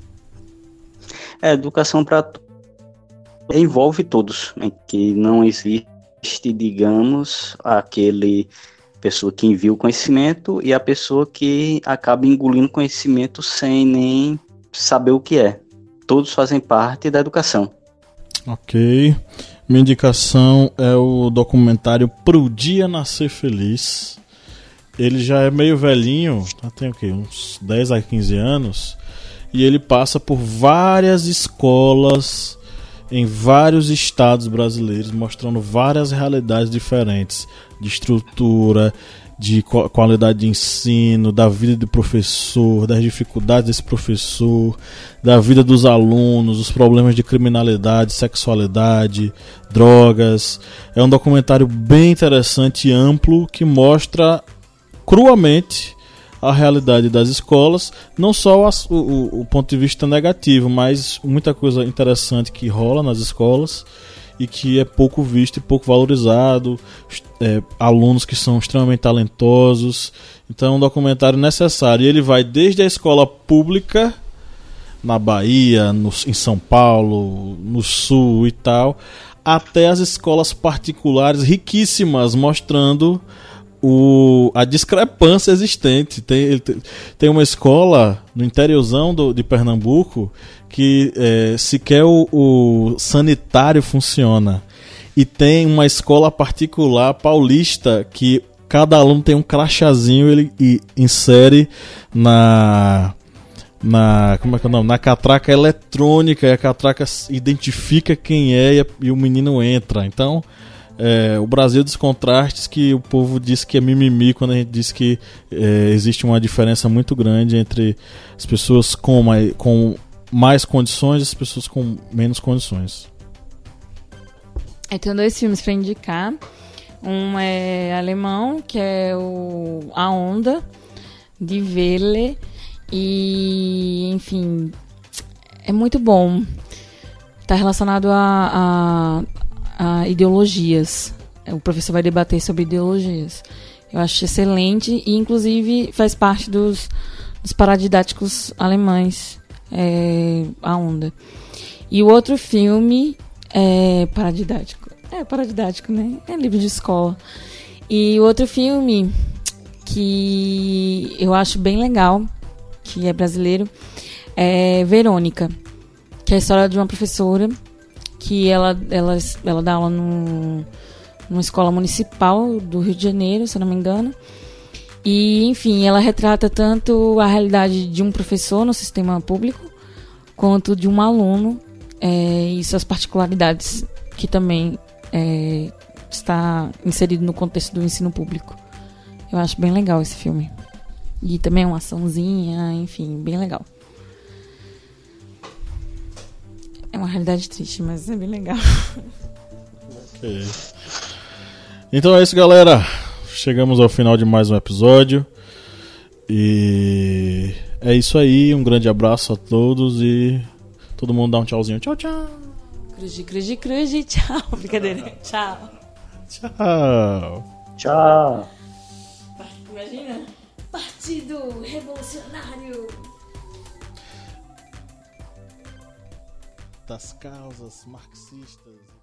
Educação para envolve todos, né, que não existe, digamos, aquele pessoa que envia o conhecimento e a pessoa que acaba engolindo conhecimento sem nem saber o que é. Todos fazem parte da educação. Ok. Minha indicação é o documentário Pro Dia Nascer Feliz. Ele já é meio velhinho, tem o quê? Uns 10 a 15 anos. E ele passa por várias escolas em vários estados brasileiros, mostrando várias realidades diferentes de estrutura, de qualidade de ensino, da vida do professor, das dificuldades desse professor, da vida dos alunos, os problemas de criminalidade, sexualidade, drogas. É um documentário bem interessante e amplo que mostra cruamente a realidade das escolas, não só o ponto de vista negativo, mas muita coisa interessante que rola nas escolas e que é pouco visto e pouco valorizado, alunos que são extremamente talentosos. Então é um documentário necessário. E ele vai desde a escola pública, na Bahia, em São Paulo, no Sul e tal, até as escolas particulares riquíssimas, mostrando a discrepância existente. Tem uma escola no interiorzão de Pernambuco que sequer o sanitário funciona. E tem uma escola particular paulista que cada aluno tem um crachazinho e insere como é que é o nome? Na catraca eletrônica, e a catraca identifica quem é e o menino entra. Então, o Brasil dos contrastes, que o povo diz que é mimimi quando a gente diz que existe uma diferença muito grande entre as pessoas com mais condições e as pessoas com menos condições. Eu tenho 2 filmes para indicar. Um é alemão, que é A Onda, de Welle. E, enfim, é muito bom. Está relacionado a ideologias. O professor vai debater sobre ideologias. Eu acho excelente e, inclusive, faz parte dos paradidáticos alemães, A Onda. E o outro filme é paradidático. Paradidático, né? É livro de escola. E o outro filme que eu acho bem legal, que é brasileiro, é Verônica, que é a história de uma professora que ela dá aula numa escola municipal do Rio de Janeiro, se eu não me engano. E, enfim, ela retrata tanto a realidade de um professor no sistema público, quanto de um aluno e suas particularidades, que também está inserido no contexto do ensino público. Eu acho bem legal esse filme. E também é uma açãozinha, enfim, bem legal. É uma realidade triste, mas é bem legal. Ok. Então é isso, galera. Chegamos ao final de mais um episódio. E é isso aí. Um grande abraço a todos e todo mundo dá um tchauzinho. Tchau, tchau. Cruz. Tchau. Brincadeira. Tchau. Tchau. Tchau. Imagina. Partido Revolucionário das causas marxistas.